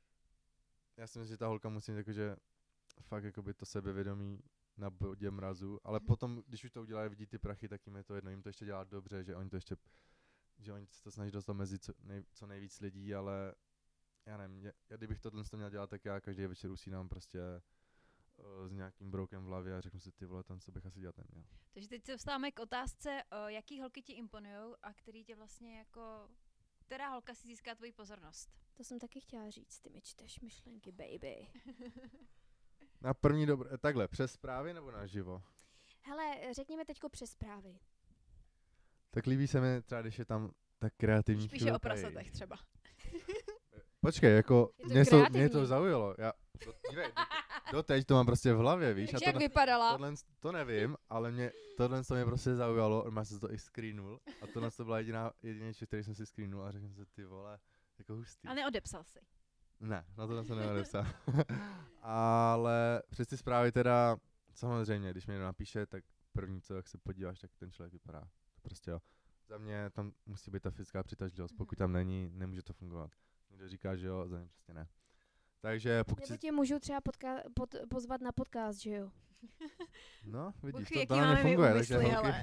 já si myslím, že ta holka musí mít jakože fakt jakoby to sebevědomí na bodě mrazu, ale potom, když už to udělají, vidí ty prachy, tak jim je to jedno, jim to ještě dělá dobře, že oni se to snaží dostat mezi co nejvíc lidí, ale já nevím, já kdybych tohle měl dělat, tak já každý večer usínám prostě s nějakým broukem v hlavě a řeknu si, ty vole, tam co bych asi dělat neměl. Takže teď se vstáváme k otázce, jaký holky ti imponujou a který tě vlastně jako, která holka si získá tvoji pozornost? To jsem taky chtěla říct, ty mi čteš myšlenky, baby. Na první takhle, přes zprávy nebo naživo? Hele, řekněme teďko přes zprávy. Tak líbí se mi třeba, když je tam tak kreativní Spíše o chvilka. prasatech třeba. Počkej, jako Je to mě to kreativní. zaujalo. Dívej, doteď to mám prostě v hlavě, víš? Takže A jak vypadala? to nevím, ale tohle to mě prostě zaujalo, má se to i screenul a tohle to byla jediný čas, který jsem si screenul a řekl jsem si, ty vole, jako hustý. A neodepsal si. Ne, na to jsem neodepsal. Ale přes ty zprávy teda, samozřejmě, když mi někdo napíše, tak první co, jak se podíváš, tak ten člověk vypadá. To prostě jo. Za mě tam musí být ta fyzická přitažlivost, pokud tam není, nemůže to fungovat. Někdo říká, že jo, za mě prostě ne. Takže pokud Nebo tě můžu třeba pozvat na podcast, že jo? No, vidíš, Bůh ví, to jaký na mě máme my funguje, úmysly, takže ale.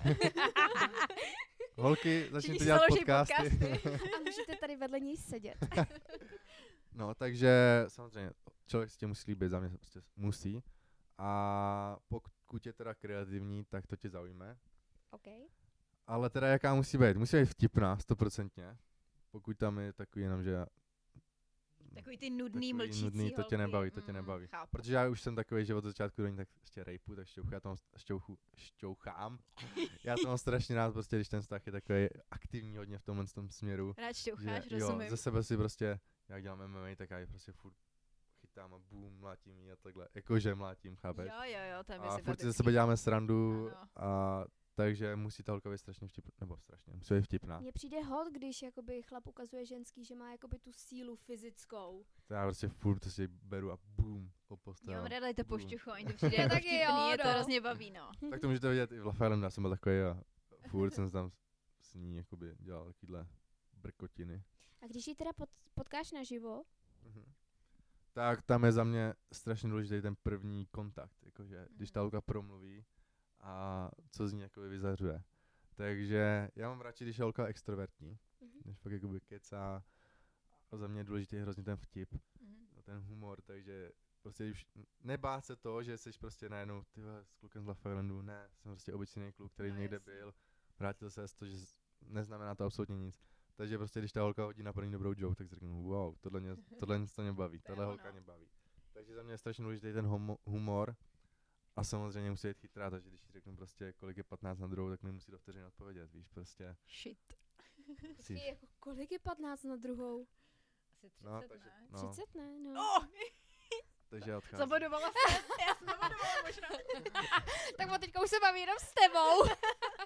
holky, začněte Všichni dělat založí podcasty. A můžete tady vedle něj sedět. No, takže samozřejmě člověk si tě musí líbit, za mě prostě musí. A pokud je teda kreativní, tak to tě zaujme. OK. Ale teda jaká musí být? Musí být vtipná, 100%. Pokud tam je takový jenom, že Takový ty nudný, takový mlčící nudný, to tě holky. nebaví, to tě nebaví. Chápu. Protože já už jsem takový, že od začátku do ní tak ještě rejpu, tak šťouchu, já to mám šťouchám. Já to mám strašně rád, prostě, když ten vztah je takový aktivní hodně v tomhle tom směru. Rád šťoucháš, Jo, rozumím. ze sebe si prostě, jak dělám MMA, tak já ji prostě furt chytám a boom, mlátím jí a takhle. Jakože mlátím, chápeš? Jo, to je mi A furt si ze sympatický. sebe děláme srandu Ano. a takže musí ta holka být strašně vtipná, nebo strašně, musí být vtipná. Mně přijde hot, když jakoby chlap ukazuje ženský, že má jakoby tu sílu fyzickou. To já prostě furt si beru a boom, Já postavím. mám ráda to Boom. pošťuchování, to přijde jako Taky vtipný, jo, je to no. hrozně baví, no. Tak to můžete vidět i v Love Island, já jsem byl takový a furt jsem tam s ní jakoby dělal takovýhle brkotiny. A když ji teda potkáš naživo, Tak tam je za mě strašně důležitý ten první kontakt, jakože když ta holka promluví a co z ní jakoby vyzařuje. Takže já mám radši, když je holka extrovertní, než fakt jakoby kecá. A za mě je důležitý hrozně ten vtip, ten humor, takže prostě už nebát se to, že jsi prostě najednou ty vole, s klukem z Love Islandu, ne, jsem prostě obyčejný kluk, který No, někde jasně. byl, vrátil se z toho, že neznamená to absolutně nic. Takže prostě když ta holka hodí na první dobrou joke, tak si řeknu, wow, tohle něco mě baví, To je tahle ono. holka mě baví. Takže za mě je strašně důležitý ten humor a samozřejmě musí být chytrá, takže když jí řeknu prostě, kolik je 15 na druhou, tak mi musí do vteřiny odpovědět, víš, prostě. Shit. Musíš. jako kolik je 15 na druhou? Asi 30, No, takže, ne? no, 30 ne, no. Oh, takže já odcházím. zabodovala jsem, já jsem zabodovala možná. Tak teďka už se bavím jenom s tebou.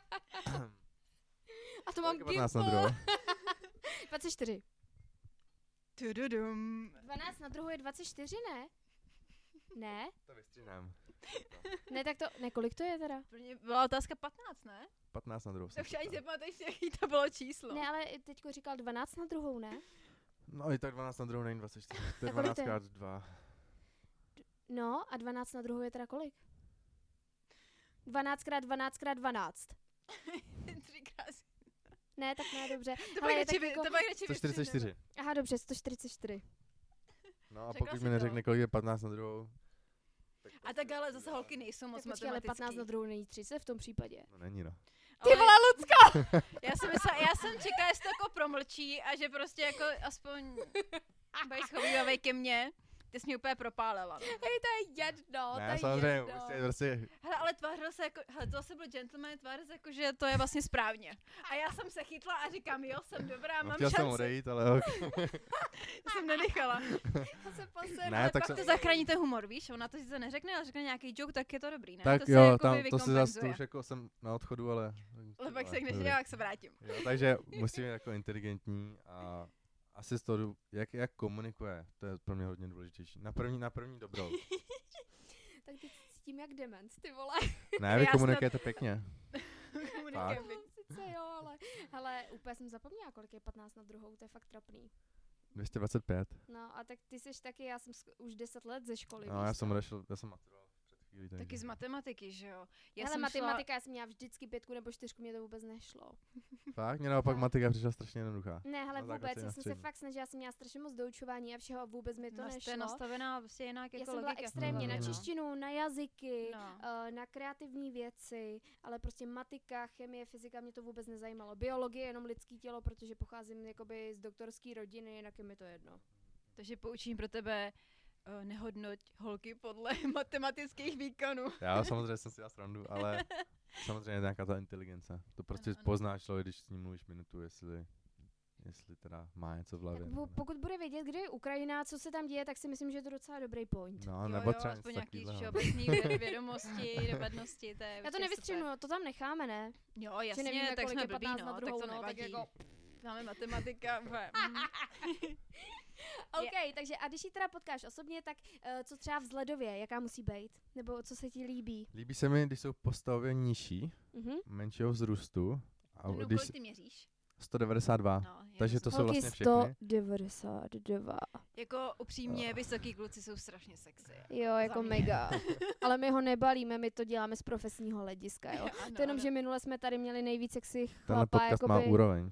A to mám Kolik je 15 na druhou? gimbal. 24. Tududum. 12 na druhou je 24, ne? Ne? To vystřínám. Ne, tak to, ne, kolik to je teda? Pro mě byla otázka 15, ne? 15 na druhou. To jsem už ani říkal. nepamatuješ, jaký to bylo číslo. Ne, ale teďko říkal 12 na druhou, ne? No i tak 12 na druhou není 24. To je Tak kolik 12 to je? krát 2. No a 12 na druhou je teda kolik? 12 krát 12 krát 12. 3x. Ne, tak ne, dobře. To Hele, pak je tak radši jako... to pak radši 144. Aha, dobře, 144. No a Řekla pokud jsi mi to. neřekne, kolik je 15 na druhou, A tak ale zase holky nejsou moc Tak počkej, ale 15 matematický. na druhou není 30 v tom případě. no není no. Ty vole, Lucko! Já jsem čekala, jestli to jako promlčí a že prostě jako aspoň budeš schovývavej ke mně. Ty jsi mě úplně propálila. No. Hej, to je jedno, to Ne, je samozřejmě, jedno. prostě Hele, ale tvářil se jako, hele, to zase byl gentleman, tvářil se jako, že to je vlastně správně. A já jsem se chytla a říkám, jo, jsem dobrá, no, mám chtěl jsem šanci. odejít, ale To jsem nenechala. Já se poseru. Ne, Ale tak pak jsem- to zachrání ten humor, víš? Ona to sice neřekne, ale řekne nějaký joke, tak je to dobrý, ne? tak to se jo, jakoby tam, to si zase, to vykompenzuje. už jako jsem na odchodu, ale... Ale pak se řekneš, dobrý. jo, jak se vrátím. Jo, takže musím být jako inteligentní a asi z toho, jak komunikuje, to je pro mě hodně důležitější. Na první dobrou. Tak teď cítím jak dement, ty vole. Ne, vy Já komunikujete pěkně. Komunikujeme. Sice jo, ale... Hele, úplně jsem zapomněla, kolik je 15 na druhou, to je fakt trapný. 225. No a tak ty seš taky, já jsem už 10 let ze školy, No, víš já co? jsem odešel, já jsem maturoval před chvílí. Takže. Taky z matematiky, že jo? Hele, matematika, já jsem měla vždycky 5 nebo 4, mě to vůbec nešlo. Fakt? Mě naopak Tak. matika přišla strašně jednoduchá. Ne, hele, No, tak vůbec, asi já na jsem se střední. fakt snažila, já jsem měla strašně moc doučování a všeho, vůbec mi to To je nešlo. nastavená prostě jinak Já jako jsem byla logika. extrémně na No. češtinu, na jazyky, No. na kreativní věci, ale prostě matika, chemie, fyzika mě to vůbec nezajímalo. Biologie jenom lidský tělo, protože pocházím jakoby z doktorské rodiny, jinak je mi to jedno. Takže poučení pro tebe nehodnoť holky podle matematických výkonů. Já samozřejmě jsem si dělal srandu, ale samozřejmě nějaká ta inteligence. To prostě Ano, ano. pozná člověk, když s ním mluvíš minutu, jestli teda má něco v hlavě. Tak nebo ne. pokud bude vědět, kde je Ukrajina, co se tam děje, tak si myslím, že je to docela dobrý point. No, nebo třeba něco aspoň nějaký takového. všeobecný vědomosti, dovednosti, to je Já to určitě nevystřihnu, to tam necháme, ne? super. Jo, Že nevíme, jasně, tak kolik jsme je blbí, 15 na no, tak druhou, to no, tak nevadí. jako... Máme matematika, úplně, OK, takže a když ji teda potkáš osobně, tak co třeba vzhledově, jaká musí být? Nebo co se ti líbí? Líbí se mi, když jsou postavy nižší, Mhm. menšího vzrůstu, a No, když kolik ty měříš? 192. No, já Takže to rozumím. jsou Holky vlastně všechny. 192. Jako upřímně, vysoký kluci jsou strašně sexy. Jo, jako mě. mega. Ale my ho nebalíme, my to děláme z profesního hlediska, jo. Ano, To jenom, ano. že minule jsme tady měli nejvíc sexy Tenhle chlapa, podcast má jakoby... úroveň.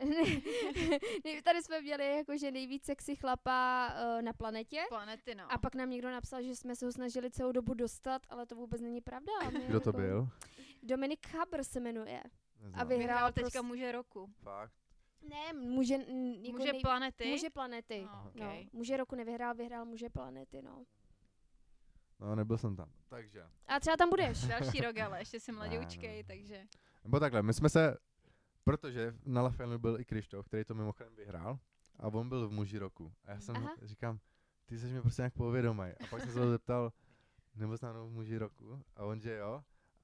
Tady jsme měli jakože nejvíc sexy chlapa na planetě. Planety, no. A pak nám někdo napsal, že jsme se ho snažili celou dobu dostat, ale to vůbec není pravda. My Kdo to jako- byl? Dominik Haber se jmenuje. Neznám. vyhrál teďka prostě- muže roku. Fakt? Ne, muže... Jako Muže planety? Muže planety. No, No, okay. muže roku nevyhrál, vyhrál muže planety, no. No, nebyl jsem tam. Takže. A třeba tam budeš. Další rok, ale ještě jsem Ne, mladoučkej, ne. takže... Nebo takhle, my jsme se, protože na La Finale byl i Krištof, který to mimochodem vyhrál, a on byl v muži roku. A já jsem Aha. říkám, ty jsi mi prostě nějak povědomý. A pak jsem se ho zeptal, nebo jsi v muži roku? A on, že jo.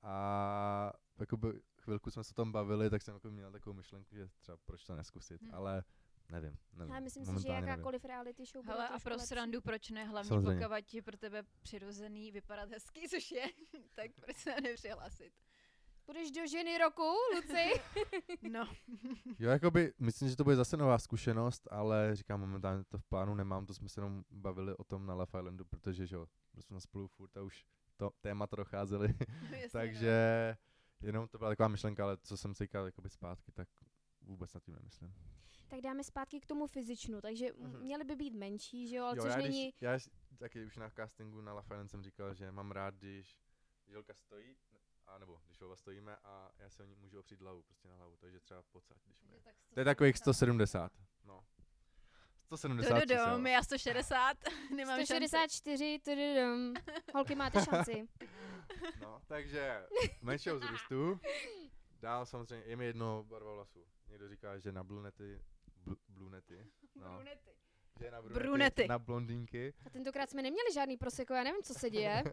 A jakoby chvilku jsme se o tom bavili, tak jsem jako měl takovou myšlenku, že třeba proč to neskusit, ale nevím. Ale myslím si, že momentálně nevím. jakákoliv reality show bude Hele, a trošku pro lepší. srandu, proč ne? Hlavně Samozřejmě. pokud je pro tebe přirozený vypadat hezky, což je, tak proč se nepřihlásit? Budeš do ženy roku, Luci? No, Jo, jakoby, myslím, že to bude zase nová zkušenost, ale říkám, momentálně to v plánu nemám, to jsme se jenom bavili o tom na Love Islandu, protože že jo, jsme spolu furt a už to témata docházely, jasně, takže jenom to byla taková myšlenka, ale co jsem si říkal jakoby zpátky, tak vůbec nad tím nemyslím. Tak dáme zpátky k tomu fyzičnu, takže měly by být menší, že jo, ale Jo, což není... já taky už na castingu na Love Island jsem říkal, že mám rád, když Jolka stojí, a nebo když oba stojíme a já se o ní můžu opřít hlavu, prostě na hlavu, takže třeba pocať, když mě. To je takových 170, no. 170 čísel. já 160, nemám šanci. 164, tududum. Holky, máte šanci. No, takže menšího vzrůstu. Dál samozřejmě, je mi jedno barva vlasů. Někdo říká, že na blunety, blunety, no, Brunety. že je na Brunety. na blondýnky. A tentokrát jsme neměli žádný proseko, já nevím, co se děje.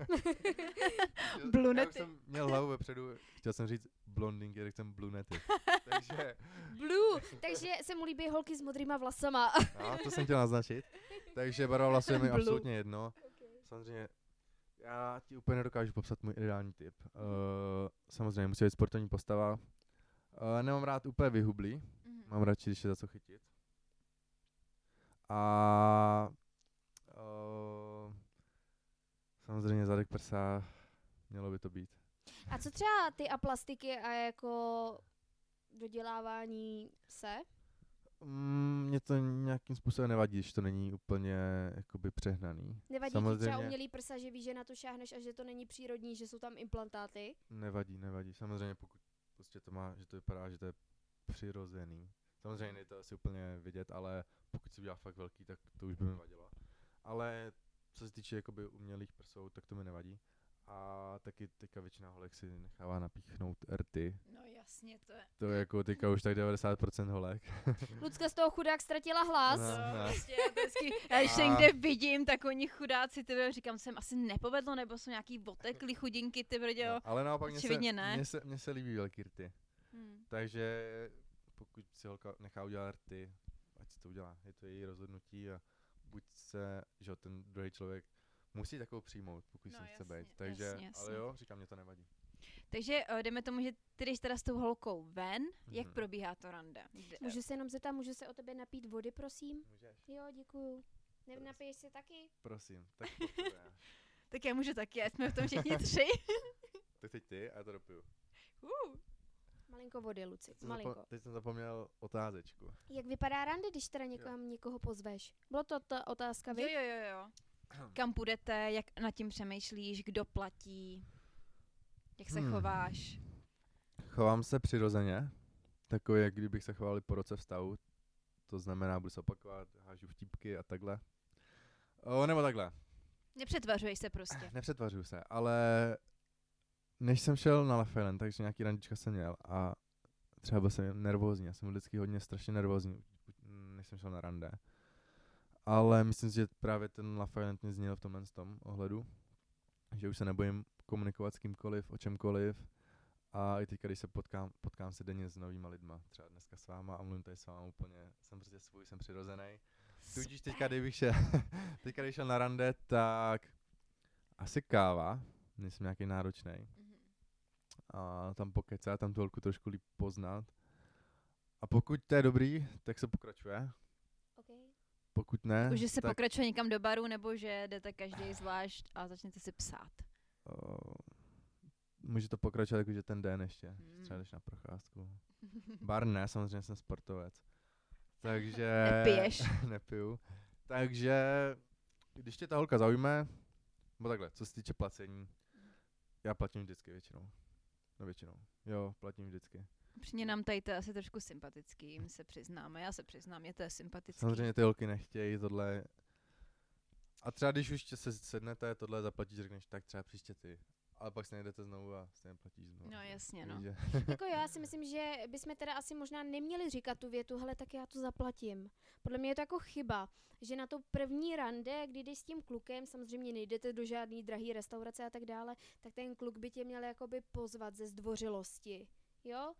Já Blunety. už jsem měl hlavu vepředu, chtěl jsem říct blondýnky, tak jsem blunety. Takže, Blue, takže se mu líbí holky s modrýma vlasama. no, to jsem chtěl naznačit. Takže barva vlasů je mi Blue. absolutně jedno. Samozřejmě, já ti úplně nedokážu popsat můj ideální typ. Samozřejmě musí být sportovní postava. Nemám rád úplně vyhublý, mám radši, když je za co chytit. A prsa, mělo by to být. A co třeba ty a plastiky a jako dodělávání se? Mně to nějakým způsobem nevadí, když to není úplně jakoby přehnaný. Nevadí ti třeba umělý prsa, že víš, že na to šáhneš a že to není přírodní, že jsou tam implantáty? Nevadí. Samozřejmě pokud prostě to má, že to vypadá, že to je přirozený. Samozřejmě není to asi úplně vidět, ale pokud si udělá fakt velký, tak to už by mi vadilo. Ale co se týče jakoby umělých prsou, tak to mi nevadí. A taky teďka většina holek si nechává napíchnout rty. No jasně, to je. To je jako teďka už tak 90% holek. Lucka z toho chudák ztratila hlas. No. Prostě já to vždycky, já když se někde vidím, tak oni chudáci, ty říkám, jsem asi nepovedlo, nebo jsou nějaký oteklý chudinky, ty brďo. No, ale naopak Očividně ne. mně se líbí velký rty. Hmm. Takže pokud si holka nechá udělat rty, ať si to udělá. Je to její rozhodnutí a buď se, že ten druhý člověk musí takovou přijmout, pokud se chce být. Takže, jasně. ale jo, říkám, mě to nevadí. Takže jdeme tomu, že ty jdeš teda s tou holkou ven, jak probíhá to rande? Můžu se jenom zeptat, můžu se o tebe napít vody, prosím? Můžeš? Jo, děkuju. Napiješ se taky? Prosím, tak Tak já můžu taky, jsme v tom všichni tři. tak teď ty a já to dopiju. Malinko vody, Luci, malinko. Teď jsem zapomněl otázečku. Jak vypadá rande, když teda někoho pozveš? Bylo to ta otázka, vy? Jo. Kam půjdete, jak nad tím přemýšlíš, kdo platí, jak se chováš? Chovám se přirozeně, takový, jak kdybych se choval po roce vztahu. To znamená, budu se opakovat, hážu vtípky a takhle. Nebo takhle. Nepřetvařuješ se prostě. Nepřetvařuju se, ale než jsem šel na Love Island, takže nějaký randička jsem měl a třeba byl jsem nervózní. Já jsem byl vždycky hodně strašně nervózní, než jsem šel na rande. Ale myslím si, že právě ten Love Island mě zněl v tomhle tom ohledu, že už se nebojím komunikovat s kýmkoliv, o čemkoliv. A i teďka, když se potkám se denně s novýma lidma, třeba dneska s váma a mluvím tady s váma úplně, jsem prostě svůj, jsem přirozený. Tudíž teďka, když šel na rande, tak asi káva, nejsem nějaký náročnej. A tam pokecat, tam tu holku trošku líp poznat. A pokud to je dobrý, tak se pokračuje. Okay. Pokud ne, Už že se tak pokračuje někam do baru, nebo že jdete každý zvlášť a začnete si psát. může to pokračovat jakože ten den ještě, třeba jdeš na procházku. Bar ne, samozřejmě jsem sportovec. Takže Nepiješ. nepiju. Takže když tě ta holka zaujme, nebo takhle, co se týče placení, já platím vždycky většinou. No většinou. Jo, platím vždycky. Přijde nám tady to je asi trošku sympatický, my se přiznáme, já se přiznám, mě to je sympatický. Samozřejmě ty holky nechtějí tohle. A třeba když už se sednete, tohle zaplatíš, řekneš, tak třeba příště ty. Ale pak se nejdete znovu a stejně platíš znovu. No jasně, no. Takže Jako já si myslím, že bychom teda asi možná neměli říkat tu větu, hele, tak já to zaplatím. Podle mě je to jako chyba, že na to první rande, kdy jdeš s tím klukem, samozřejmě nejdete do žádný drahý restaurace a tak dále, tak ten kluk by tě měl jakoby pozvat ze zdvořilosti, jo?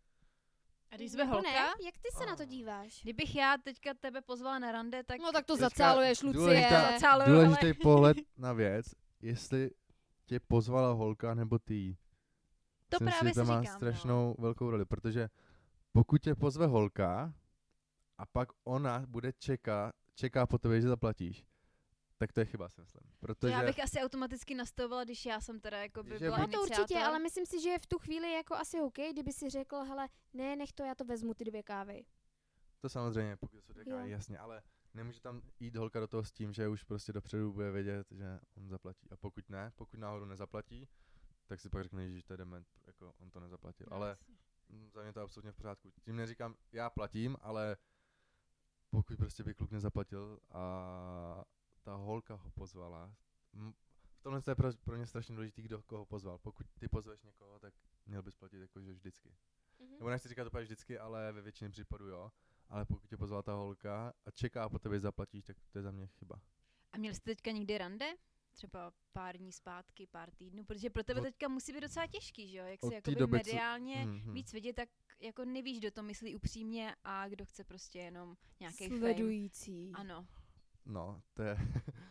A když jsme Nebo holka, ne? Jak ty se na to díváš? kdybych já teďka tebe pozvala na rande, tak No tak to Teďka zacáluješ, Lucie. Zacáluju, důležitý ale pohled na věc, jestli tě pozvala holka nebo ty. to Myslím právě si, že si to má říkám, strašnou velkou roli, protože pokud tě pozve holka a pak ona bude čeká po tobě, že zaplatíš, tak to je chyba, si myslím. no. Protože Já bych asi automaticky nastavovala, když já jsem teda jako by Že byla by- No to určitě, iniciátor. ale myslím si, že je v tu chvíli jako asi OK, kdyby si řekl, hele, ne, nech to, já to vezmu, ty 2 kávy. to samozřejmě, pokud se říká, Jo. jasně, ale nemůže tam jít holka do toho s tím, že už prostě dopředu bude vědět, že on zaplatí. A pokud ne, pokud náhodou nezaplatí, tak si pak řekne, že to je dement, jako on to nezaplatil. No, Ale jasně. za mě to je absolutně v pořádku. Tím neříkám, já platím, ale pokud prostě by kluk nezaplatil a ta holka ho pozvala, v tomhle je pro mě strašně důležitý, kdo koho pozval. Pokud ty pozveš někoho, tak měl bys platit jakože vždycky. Nebo nechci říkat úplně vždycky, ale ve většině případů jo. Ale pokud tě pozvala ta holka a čeká po tebe zaplatíš, tak to je za mě chyba. A měli jste teďka někdy rande? Třeba pár dní zpátky, pár týdnů, protože pro tebe Od- teďka musí být docela těžký, že jo? Jak od si té jakoby doby, co- mediálně Mhm. víc vidět, tak jako nevíš, kdo to myslí upřímně a kdo chce prostě jenom nějaký fame. Sledující. Ano. No, to je...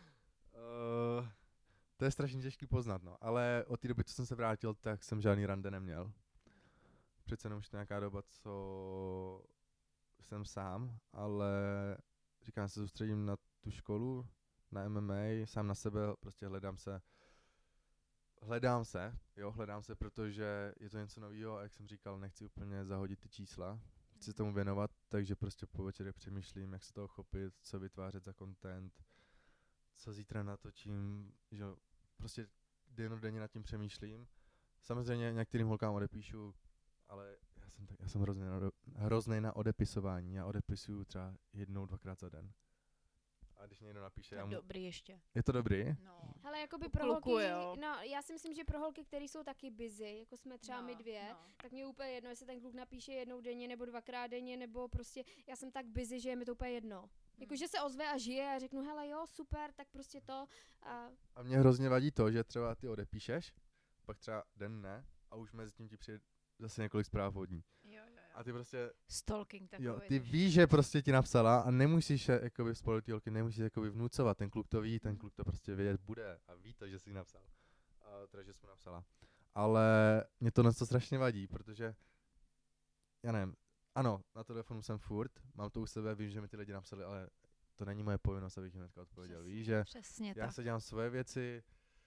to je strašně těžký poznat, no. Ale od té doby, co jsem se vrátil, tak jsem žádný rande neměl. Přece jenom už to nějaká doba, co jsem sám, ale říkám, se soustředím na tu školu, na MMA, sám na sebe, prostě hledám se hledám se, protože je to něco nového a jak jsem říkal, nechci úplně zahodit ty čísla, chci se tomu věnovat, takže prostě po večerech přemýšlím, jak se toho chopit, co vytvářet za content, co zítra natočím, že jo, prostě dennodenně nad tím přemýšlím. Samozřejmě některým holkám odepíšu, ale já jsem hrozný na odepisování, já odepisuju třeba 1-2krát za den. A když někdo napíše, To je dobrý ještě. je to dobrý? No. Hele, jakoby U pro kluku, holky, jo. no já si myslím, že pro holky, které jsou taky busy, jako jsme třeba my dvě, no. tak mě je úplně jedno, jestli ten kluk napíše jednou denně nebo 2krát denně, nebo prostě já jsem tak busy, že je mi to úplně jedno. Jakože se ozve a žije a řeknu, hele jo, super, tak prostě to. A mě hrozně vadí to, že třeba ty odepíšeš, pak třeba den ne a už mezi tím ti přijde zase několik zpráv od ní. Jo. A ty prostě, Stalking takový. jo, ty víš, že prostě ti napsala a nemusíš se jakoby spolu ty holky, nemusíš jakoby vnucovat, ten kluk to ví, ten kluk to prostě vědět bude a ví to, že jsi jí napsal, teda že jsi mu napsala. Ale mě to něco strašně vadí, protože, já nevím, ano, na telefonu jsem furt, mám to u sebe, vím, že mi ty lidi napsali, ale to není moje povinnost, abych jim hnedka odpověděl, víš, že Přesně já tak. se dělám svoje věci,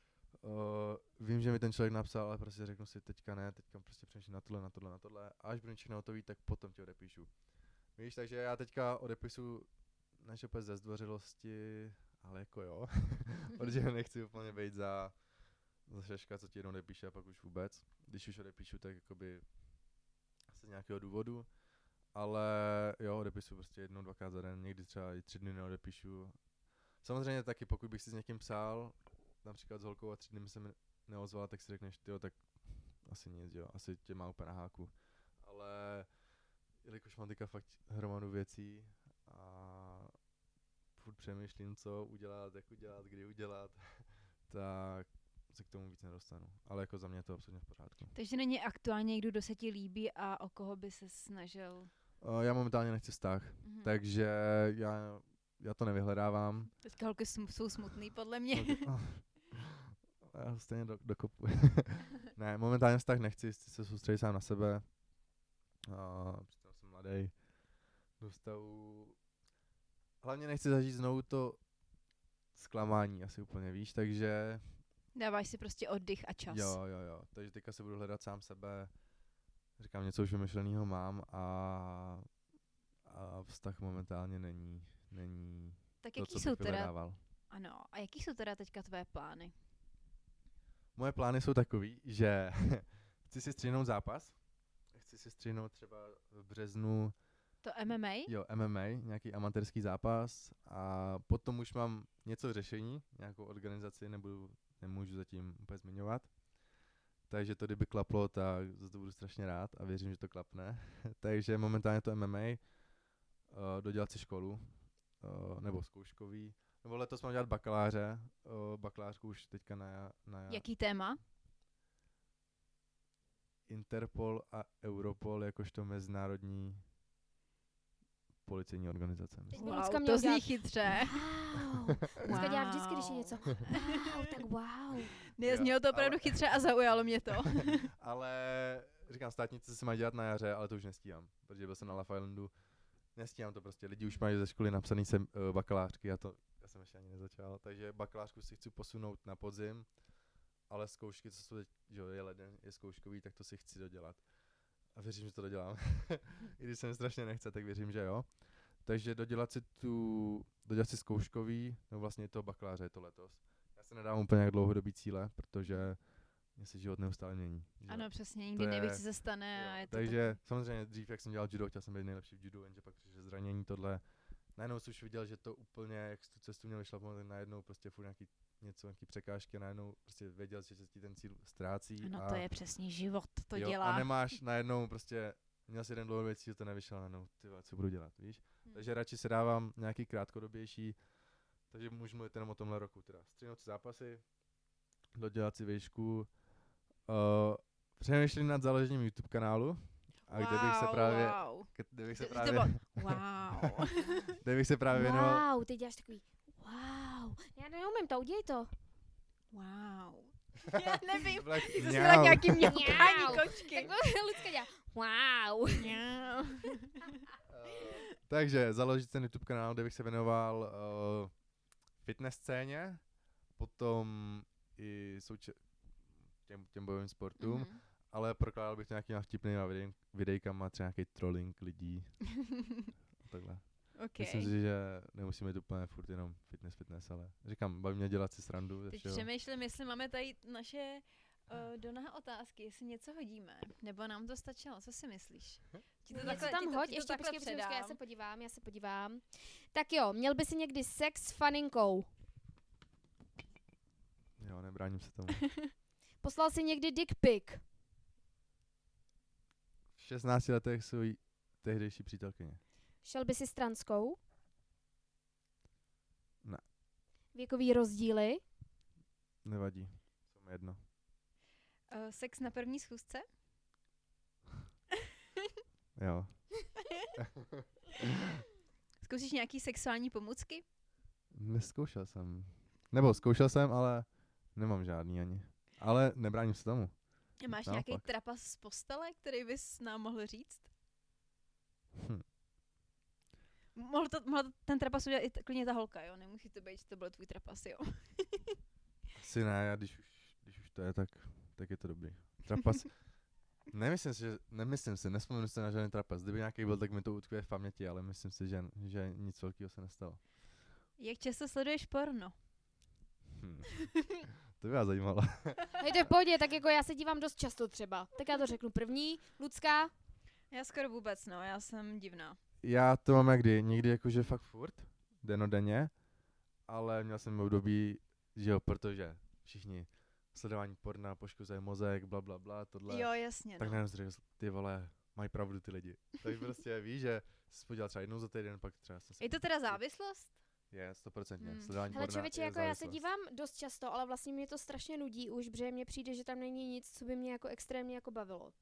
vím, že mi ten člověk napsal, ale prostě řeknu si teďka ne, teďka prostě přemýšlím na tohle a až budu všechno hotový, tak potom ti odepíšu. Víš, takže já teďka odepisu než opět ze zdvořilosti, ale jako jo, protože nechci úplně být za šeška, co ti jednou odepíše a pak už vůbec. Když už odepíšu, tak jakoby z nějakého důvodu, ale jo, odepisuju prostě 1-2krát za den, někdy třeba i 3 dny neodepíšu. Samozřejmě taky, pokud bych si s někým psal, například s holkou a 3 dny mi se mi neozvala, tak si řekneš, tyjo, tak asi nic, jo, asi tě má úplně na háku. Ale jelikož mám teďka fakt hromadu věcí a furt přemýšlím, co udělat, jak udělat, kdy udělat, tak se k tomu víc nedostanu. Ale jako za mě je to absolutně v pořádku. Takže není aktuálně někdo, kdo se ti líbí a o koho by se snažil? Já momentálně nechci vztah, takže já to nevyhledávám. Teďka holky jsou smutný, podle mě. Já ho stejně dokopu. Ne, momentálně vztah nechci, chci se soustředit sám na sebe. Přitom jsem mladý. Hlavně nechci zažít znovu to zklamání, asi úplně, víš, takže... Dáváš si prostě oddych a čas. Jo. Takže teďka se budu hledat sám sebe. Říkám, něco už vymyšlenýho mám a vztah momentálně není Tak to, jaký co jsou bych teda, vyhledával. ano, a jaký jsou teda teďka tvé plány? Moje plány jsou takový, že chci si stříhnout zápas. Chci si stříhnout třeba v březnu To MMA? Jo, MMA, nějaký amatérský zápas a potom už mám něco řešení, nějakou organizaci, nemůžu zatím úplně zmiňovat. Takže to kdyby klaplo, tak za to budu strašně rád a věřím, že to klapne. Takže momentálně to MMA, dodělat si školu, nebo zkouškový. Nebo letos mám dělat bakaláře, bakalářku už teďka na Jaký téma? Interpol a Europol jakožto mezinárodní policejní organizace. Teď Myslím. by Lucka Wow, měla to zní dělat- chytře. Wow. Lucka dělá vždycky, když je něco. Wow, tak wow. Znělo to opravdu ale- chytře a zaujalo mě to. Ale říkám, státnice se má dělat na jaře, ale to už nestíhám, protože byl jsem na Love Islandu. Nestíhám to prostě, lidi už mají ze školy napsaný bakalářky, já jsem ještě ani nezačal, takže bakalářku si chci posunout na podzim, ale zkoušky, co jsou teď, že je leden, je zkouškový, tak to si chci dodělat. A věřím, že to dodělám. I když se mi strašně nechce, tak věřím, že jo. Takže dodělat si zkouškový, nebo vlastně toho bakaláře je to letos. Já se nedávám úplně jak dlouhodobý cíle, protože mě se život neustále mění. Že? Ano, přesně, nikdy nevíš, co se stane. A je to Takže samozřejmě dřív, jak jsem dělal judo, chtěl jsem být nejlepší v judu, jenže pak přišlo zranění tohle. Najednou jsem už viděl, že to úplně, jak tu cestu měl vyšlapnout, tak najednou prostě furt nějaký překážky a najednou prostě věděl, že se ti ten cíl ztrácí. Ano, a to je přesně život, to jo, dělá. A nemáš najednou prostě, měl jsi jeden dlouhodobý cíl, to nevyšel najednou, co budu dělat, víš? Takže radši se dávám nějaký krátkodobější, takže můžu mluvit jenom o tomhle roku, teda stříhnout si zápasy, dodělat si výšku, přemýšlím nad založením YouTube kanálu, a kde bych se právě, Wow. kde bych se To právě, bylo- Wow. kde bych se právě věnoval, Wow, ty děláš takový wow. Já neumím to, udělej to. Wow. Já nevím. To byla jak Ty jsi mňau. byla nějaký mňaukání Mňau. kočky. Tak to Lucka dělá wow. Mňau. Takže založit ten YouTube kanál, kde bych se věnoval fitness scéně, potom i těm bojovým sportům, Mhm. ale prokládal bych to nějakýma vtipnýma videjkama, třeba nějaký trolling lidí. A takhle. Okay. Myslím si, že nemusíme být úplně furt jenom fitness, ale říkám, baví mě dělat si srandu ze Teď všeho. přemýšlím, jestli máme tady naše Dona otázky, jestli něco hodíme, nebo nám to stačilo, co si myslíš? Ti to Něco tam hoď, ještě počkej, já se podívám. Tak jo, měl by si někdy sex s faninkou. Jo, nebráním se tomu. Poslal si někdy dick pic. V 16 letech jsou tehdejší přítelkyně. Šel by si s transkou. Ne. Věkový rozdíly. Nevadí, jsou mi jedno. Sex na první schůzce? Jo. Zkusíš nějaký sexuální pomůcky? Neskoušel jsem. Nebo zkoušel jsem, ale nemám žádný ani. Ale nebráním se tomu. Máš Naopak. nějaký trapas z postele, který bys nám mohl říct? Mohla ten trapas udělat i klidně ta holka, jo? Nemusí to být, že to byl tvůj trapas, jo? Asi ne, a když už to je, tak je to dobrý. Trapas. Nemyslím si, nespomenu se na žádný trapas. Kdyby nějaký byl, tak mi to utkvěje v paměti, ale myslím si, že nic velkého se nestalo. Jak často sleduješ porno? To by vás zajímalo. Hejte v pohodě, tak jako já se dívám dost často třeba. Tak já to řeknu první. Lucka. Já skoro vůbec, no, já jsem divná. Já to mám někdy jakože fakt furt, dennodenně, ale měl jsem období, že jo, protože všichni sledování porna poškozuje mozek, bla, bla, bla, tohle. Jo, jasně, Tak no. najednou si řekl, ty vole, mají pravdu ty lidi. Tak prostě víš, že jsi podělal třeba jednou za týden, pak třeba jsem se... Je to teda závislost? Je, 100%. Hmm. Sledování Hele porna člověče, je jako já se závislost. dívám dost často, ale vlastně mě to strašně nudí už, protože mně přijde, že tam není nic, co by mě jako extrémně jako bavilo.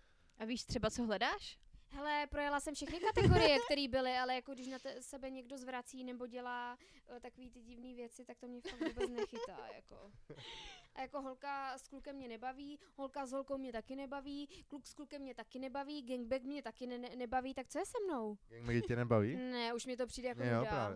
A víš třeba, co hledáš? Hele, projela jsem všechny kategorie, které byly, ale jako když na sebe někdo zvrací nebo dělá takový ty divné věci, tak to mě fakt vůbec nechytá, jako. A jako holka s klukem mě nebaví, holka s holkou mě taky nebaví, kluk s klukem mě taky nebaví, gangbang mě taky nebaví, tak co je se mnou? Gangbang tě nebaví? Ne, už mi to přijde jako Jo, nuda. právě.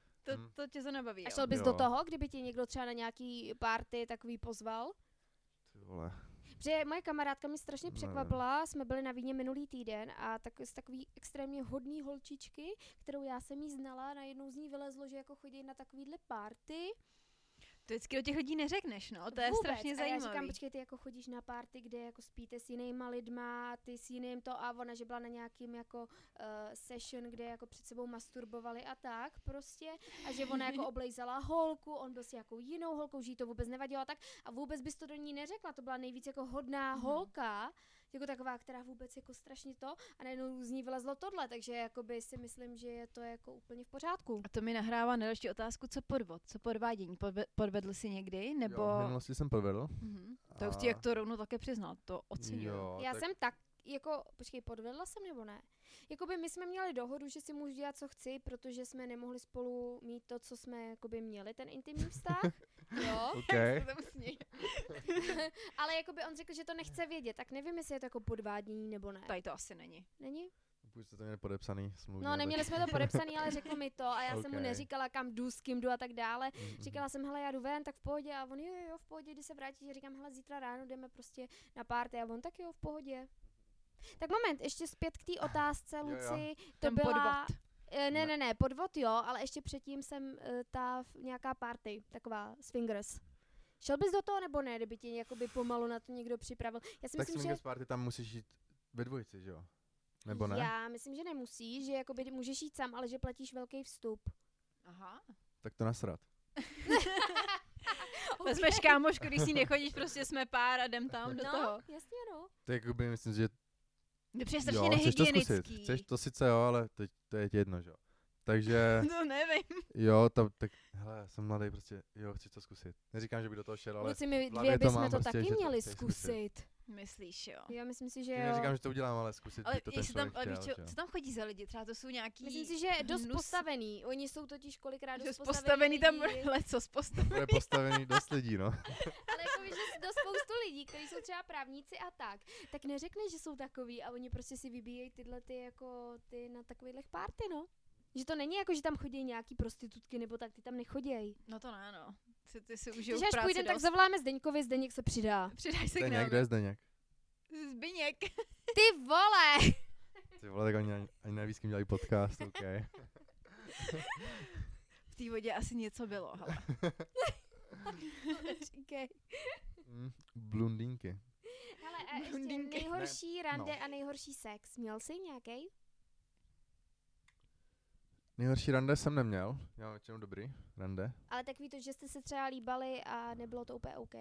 To tě to nebaví, A jo? šel bys Jo. do toho, kdyby tě někdo třeba na nějaký party takový pozval? Ty vole. Protože moje kamarádka mě strašně Ne. překvapila, jsme byli na víně minulý týden a tak z takový extrémně hodný holčičky, kterou já jsem jí znala, najednou z ní vylezlo, že jako chodí na takovýhle party. To vždycky do těch lidí neřekneš, no, to je Vůbec. strašně A já zajímavý. říkám, počkej, ty jako chodíš na party, kde jako spíte s jinýma lidma, ty s jiným to a ona, že byla na nějakým jako session, kde jako před sebou masturbovali a tak prostě a že ona jako oblejzala holku, on byl s nějakou jinou holkou, že jí to vůbec nevadilo a tak a vůbec bys to do ní neřekla, to byla nejvíc jako hodná holka, jako taková, která vůbec jako strašně to a najednou z ní vylezlo tohle, takže jakoby si myslím, že je to jako úplně v pořádku. A to mi nahrává na další otázku, co podvod, co podvádění. Podvedl jsi někdy, nebo... Jo, v minulosti jsem podvedl. To už ti jak to rovnou také přiznal, to oceňuju. Jo, Já tak jsem tak, jako, počkej, podvedla jsem nebo ne? Jakoby my jsme měli dohodu, že si můžu dělat, co chci, protože jsme nemohli spolu mít to, co jsme jakoby měli, ten intimní vztah. Jo. OK. Ale jakoby on řekl, že to nechce vědět, tak nevím, jestli je to jako podvádění nebo ne. Tady to asi není. Není? Pokud jste to měli podepsaný smluvně. No, neměli jsme to podepsaný, ale řekl mi to a já jsem mu OK. neříkala, kam jdu, s kým jdu a tak dále. Mhm. Říkala jsem, hele, já jdu ven, tak v pohodě a on jo, v pohodě, kdy se vrátí, říkám, hele, zítra ráno jdeme prostě na party a on tak jo, v pohodě. Tak moment, ještě zpět k té otázce, Jo, jo. Luci, to Ten byla... podvod. Ne, podvod jo, ale ještě předtím jsem nějaká party, taková swingers. Šel bys do toho nebo ne, kdyby tě jakoby pomalu na to někdo připravil? Já si Tak myslím, že... swingers party tam musíš jít ve dvojici, že jo? Nebo ne? Já myslím, že nemusíš, že jakoby můžeš jít sám, ale že platíš velký vstup. Aha. Tak to nasrat. Vezmeš kámošku, když si nechodíš, prostě jsme pár a jdem tam do toho. No, jasně no. To je jakoby, myslím, že To je strašně jo, chceš to zkusit. nehygienický. Chceš to sice jo, ale to je ti jedno, že jo? Takže To nevím. jo, tak hele, jsem mladý prostě, jo, chci to zkusit. Neříkám, že by do toho šel, ale Luci, my v hlavě dvě to bychom mám to prostě, taky že to měli chci zkusit. Myslíš, jo. Já myslím si, že já jo. neříkám, že to udělám, ale zkusit Ale by to ten jestli tam, člověk ale víš, chtěl, co tam chodí za lidi? Třeba to jsou nějaký... Myslím si, že je dost hnus- postavený. Oni jsou totiž kolikrát Že dost postavený tam lidi. lecos postavený. To je postavený dost lidí, no. Ale jako víš, že dost spoustu lidí, kteří jsou třeba právníci a tak neřekneš, že jsou takový a oni prostě si vybíjejí tyhle ty jako ty na takových party, no. Že to není jako, že tam chodí nějaký prostitutky nebo tak, ty tam nechodějí. No to ne, no. Ty si užijou Když až práci půjdem, tak dost. zavoláme Zdeňkovi, Zdeněk se přidá. Přidáš se k Zdeněk, nám. kde je Zdeněk? Zbyněk. Ty vole! Ty vole, tak oni ani neví, s kým dělají podcast, OK. V té vodě asi něco bylo, hele. Říkej. Blondýnky. Hele, a ještě Blondýnky. nejhorší rande No. a nejhorší sex. Měl jsi nějaký? Nejhorší rande jsem neměl, já mám většinou dobrý rande. Ale takový to, že jste se třeba líbali a nebylo to úplně OK.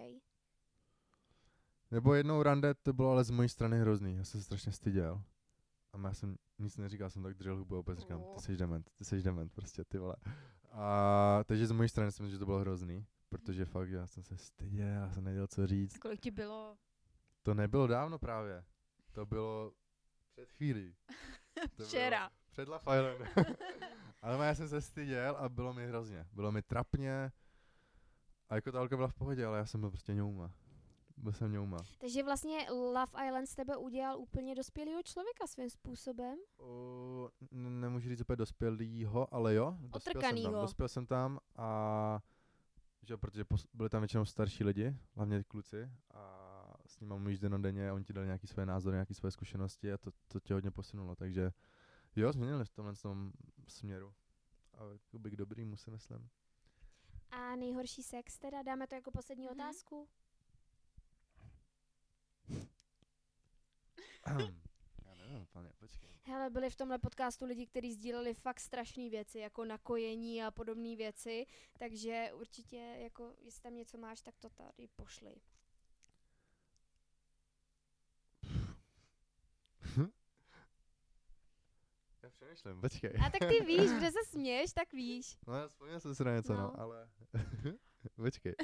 Nebo jednou rande, to bylo ale z mojí strany hrozný, já jsem se strašně styděl. A já jsem nic neříkal, jsem tak držel hubu a opět říkám, ty seš dement, prostě ty vole. A takže z mojí strany si myslím, že to bylo hrozný, protože fakt já jsem se styděl, já jsem nevěděl co říct. A kolik ti bylo? To nebylo dávno právě, to bylo před chvílí. To Včera. bylo před Love Island. Ale já jsem se styděl a bylo mi hrozně, bylo mi trapně. A jako ta holka byla v pohodě, ale já jsem byl prostě ňouma. Byl jsem ňouma. Takže vlastně Love Island z tebe udělal úplně dospělého člověka svým způsobem. Nemůžu říct úplně dospělýho, ale jo, Otrkanýho. dospěl jsem tam a že, protože byli tam většinou starší lidi, hlavně kluci a s nimi mluvíš dennodenně a oni ti dali nějaký své názory, nějaké své zkušenosti a to tě hodně posunulo, takže jo, změnili v tomhle tom směru a jakoby k dobrýmu si myslím. A nejhorší sex teda, dáme to jako poslední otázku. Já nevím úplně, počkej. Hele, byli v tomhle podcastu lidi, kteří sdíleli fakt strašné věci, jako nakojení a podobné věci, takže určitě, jako, jestli tam něco máš, tak to tady pošli. Já přemýšlím, počkej. A tak ty víš, kde se směješ, tak víš. No já vzpomněl jsem si na něco, No. ale počkej.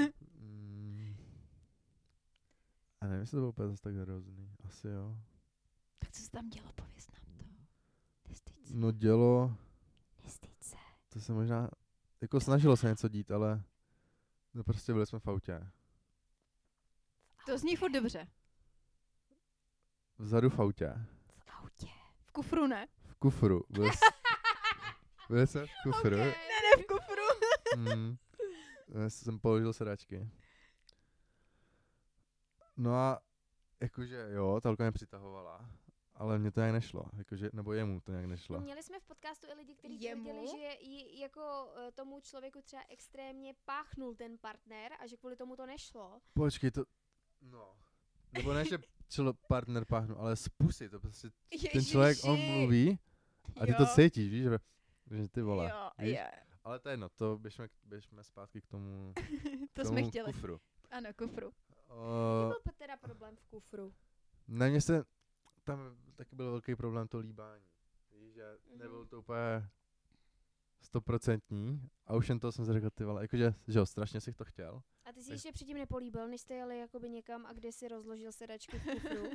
A nevím, jestli to bylo úplně zase tak hrozný. Asi jo. Tak co se tam dělo, pověz nám to. Nestyď se. No dělo, Nestyď se. to se možná, jako snažilo se něco dít, ale no prostě byli jsme v autě. To zní furt dobře. Vzadu v autě. V autě. V kufru ne? V kufru. Byli jsme v kufru. Ne, v kufru. Já jsem položil sedačky. No a jakože jo, ta holka mě přitahovala, ale mně to nějak nešlo, jakože, nebo jemu to nějak nešlo. No, měli jsme v podcastu i lidi, kteří Jemu? tvrdili, že jako tomu člověku třeba extrémně páchnul ten partner a že kvůli tomu to nešlo. Počkej, to, no, nebo ne, že partner páhnu, ale z pusy, to prostě ten člověk, on mluví a ty to cítíš, víš, že ty vole, Jo, víš? je. Ale to je jedno, to běžme zpátky k tomu, To jsme chtěli. kufru. Ano, kufru. Jaký byl teda problém v kufru? Na mě se, tam taky byl velký problém to líbání, víš, že nebylo to úplně 100% a už jen to jsem si řekl, ty vole, jakože, že jo, strašně si to chtěl. A ty jsi ještě předtím nepolíbil, než jste jeli jakoby někam a kde si rozložil sedačky v kufru?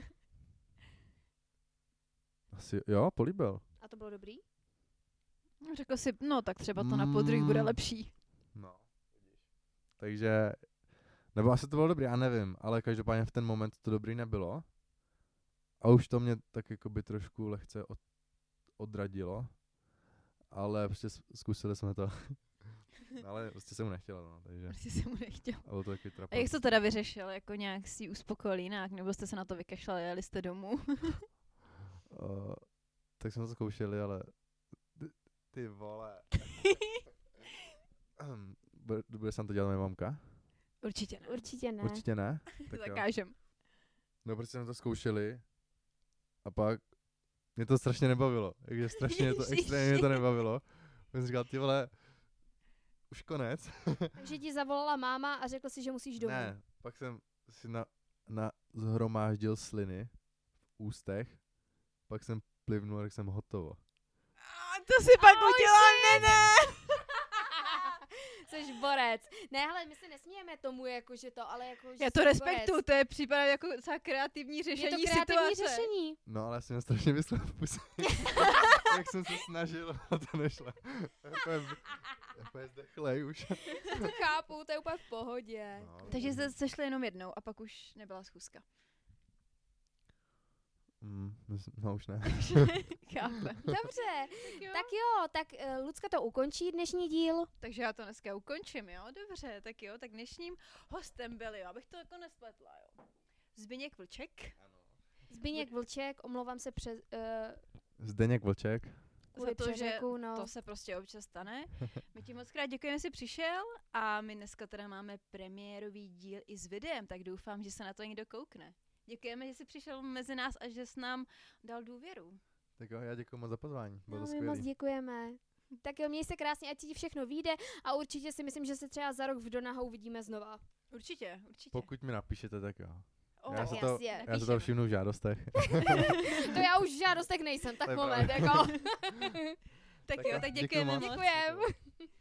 Asi, jo, políbil. A to bylo dobrý? Řekl si, no tak třeba to na podruhý bude lepší. No, vidíš. Takže, nebo asi to bylo dobrý, já nevím, ale každopádně v ten moment to dobrý nebylo. A už to mě tak jakoby trošku lehce odradilo. Ale prostě zkusili jsme to. Ale prostě se mu nechtělo, no, takže. Prostě jsem mu nechtěl. A bylo to takový A trapas. jak to teda vyřešil? Jako nějak si uspokojil jinak? Nebo jste se na to vykašlali a jeli jste domů? Tak jsme to zkoušeli, ale ty vole. Bude se nám to dělat moje mamka? Určitě ne. Určitě ne. Určitě ne. Tak jo. Zakážem. No, protože jsme to zkoušeli a pak mě to strašně nebavilo. Takže strašně to, extrémně mě to nebavilo. Jsem říkal, ty vole, už konec. Takže ti zavolala máma a řekl si, že musíš domů. Ne, pak jsem si zhromáždil sliny v ústech, pak jsem plivnul a řekl jsem hotovo. To si pak udělal, ne. Jseš borec. Ne, ale my se nesmějeme tomu, jako, že to, ale jako, že Já to jsi respektuju, borec. to je případně jako docela kreativní řešení Je to kreativní situace. řešení. No, ale já jsem měl strašně vyslal v puse. Jak jsem se snažil, a to nešlo. Úplně zdechlej už. To chápu, to je úplně v pohodě. No, Takže jste sešli jenom jednou a pak už nebyla schůzka. No už ne. Chápem. Dobře, Tak tak Lucka to ukončí dnešní díl. Takže já to dneska ukončím, jo? Dobře, tak dnešním hostem byl, jo, abych to jako nespletla, jo. Zbyněk Vlček. Zbyněk Vlček, omlouvám se Zdeněk Vlček. kvůli Za to, že přeřeku, no. to se prostě občas stane. My ti moc krát děkujeme, že jsi přišel a my dneska teda máme premiérový díl i s videem, tak doufám, že se na to někdo koukne. Děkujeme, že jsi přišel mezi nás a že jsi nám dal důvěru. Tak jo, já děkuji moc za pozvání. Bylo to No, my moc skvělý. děkujeme. Tak jo, měj se krásně, ať ti všechno vyjde a určitě si myslím, že se třeba za rok v Donahu uvidíme znova. Určitě. Pokud mi napíšete, tak jo. Oh, Já se jasně. to, já se to všimnu v žádostech. To já už v žádostech nejsem, tak To je moment, pravda. jako. tak jo, tak děkuju děkujeme moc. moc. Děkujem.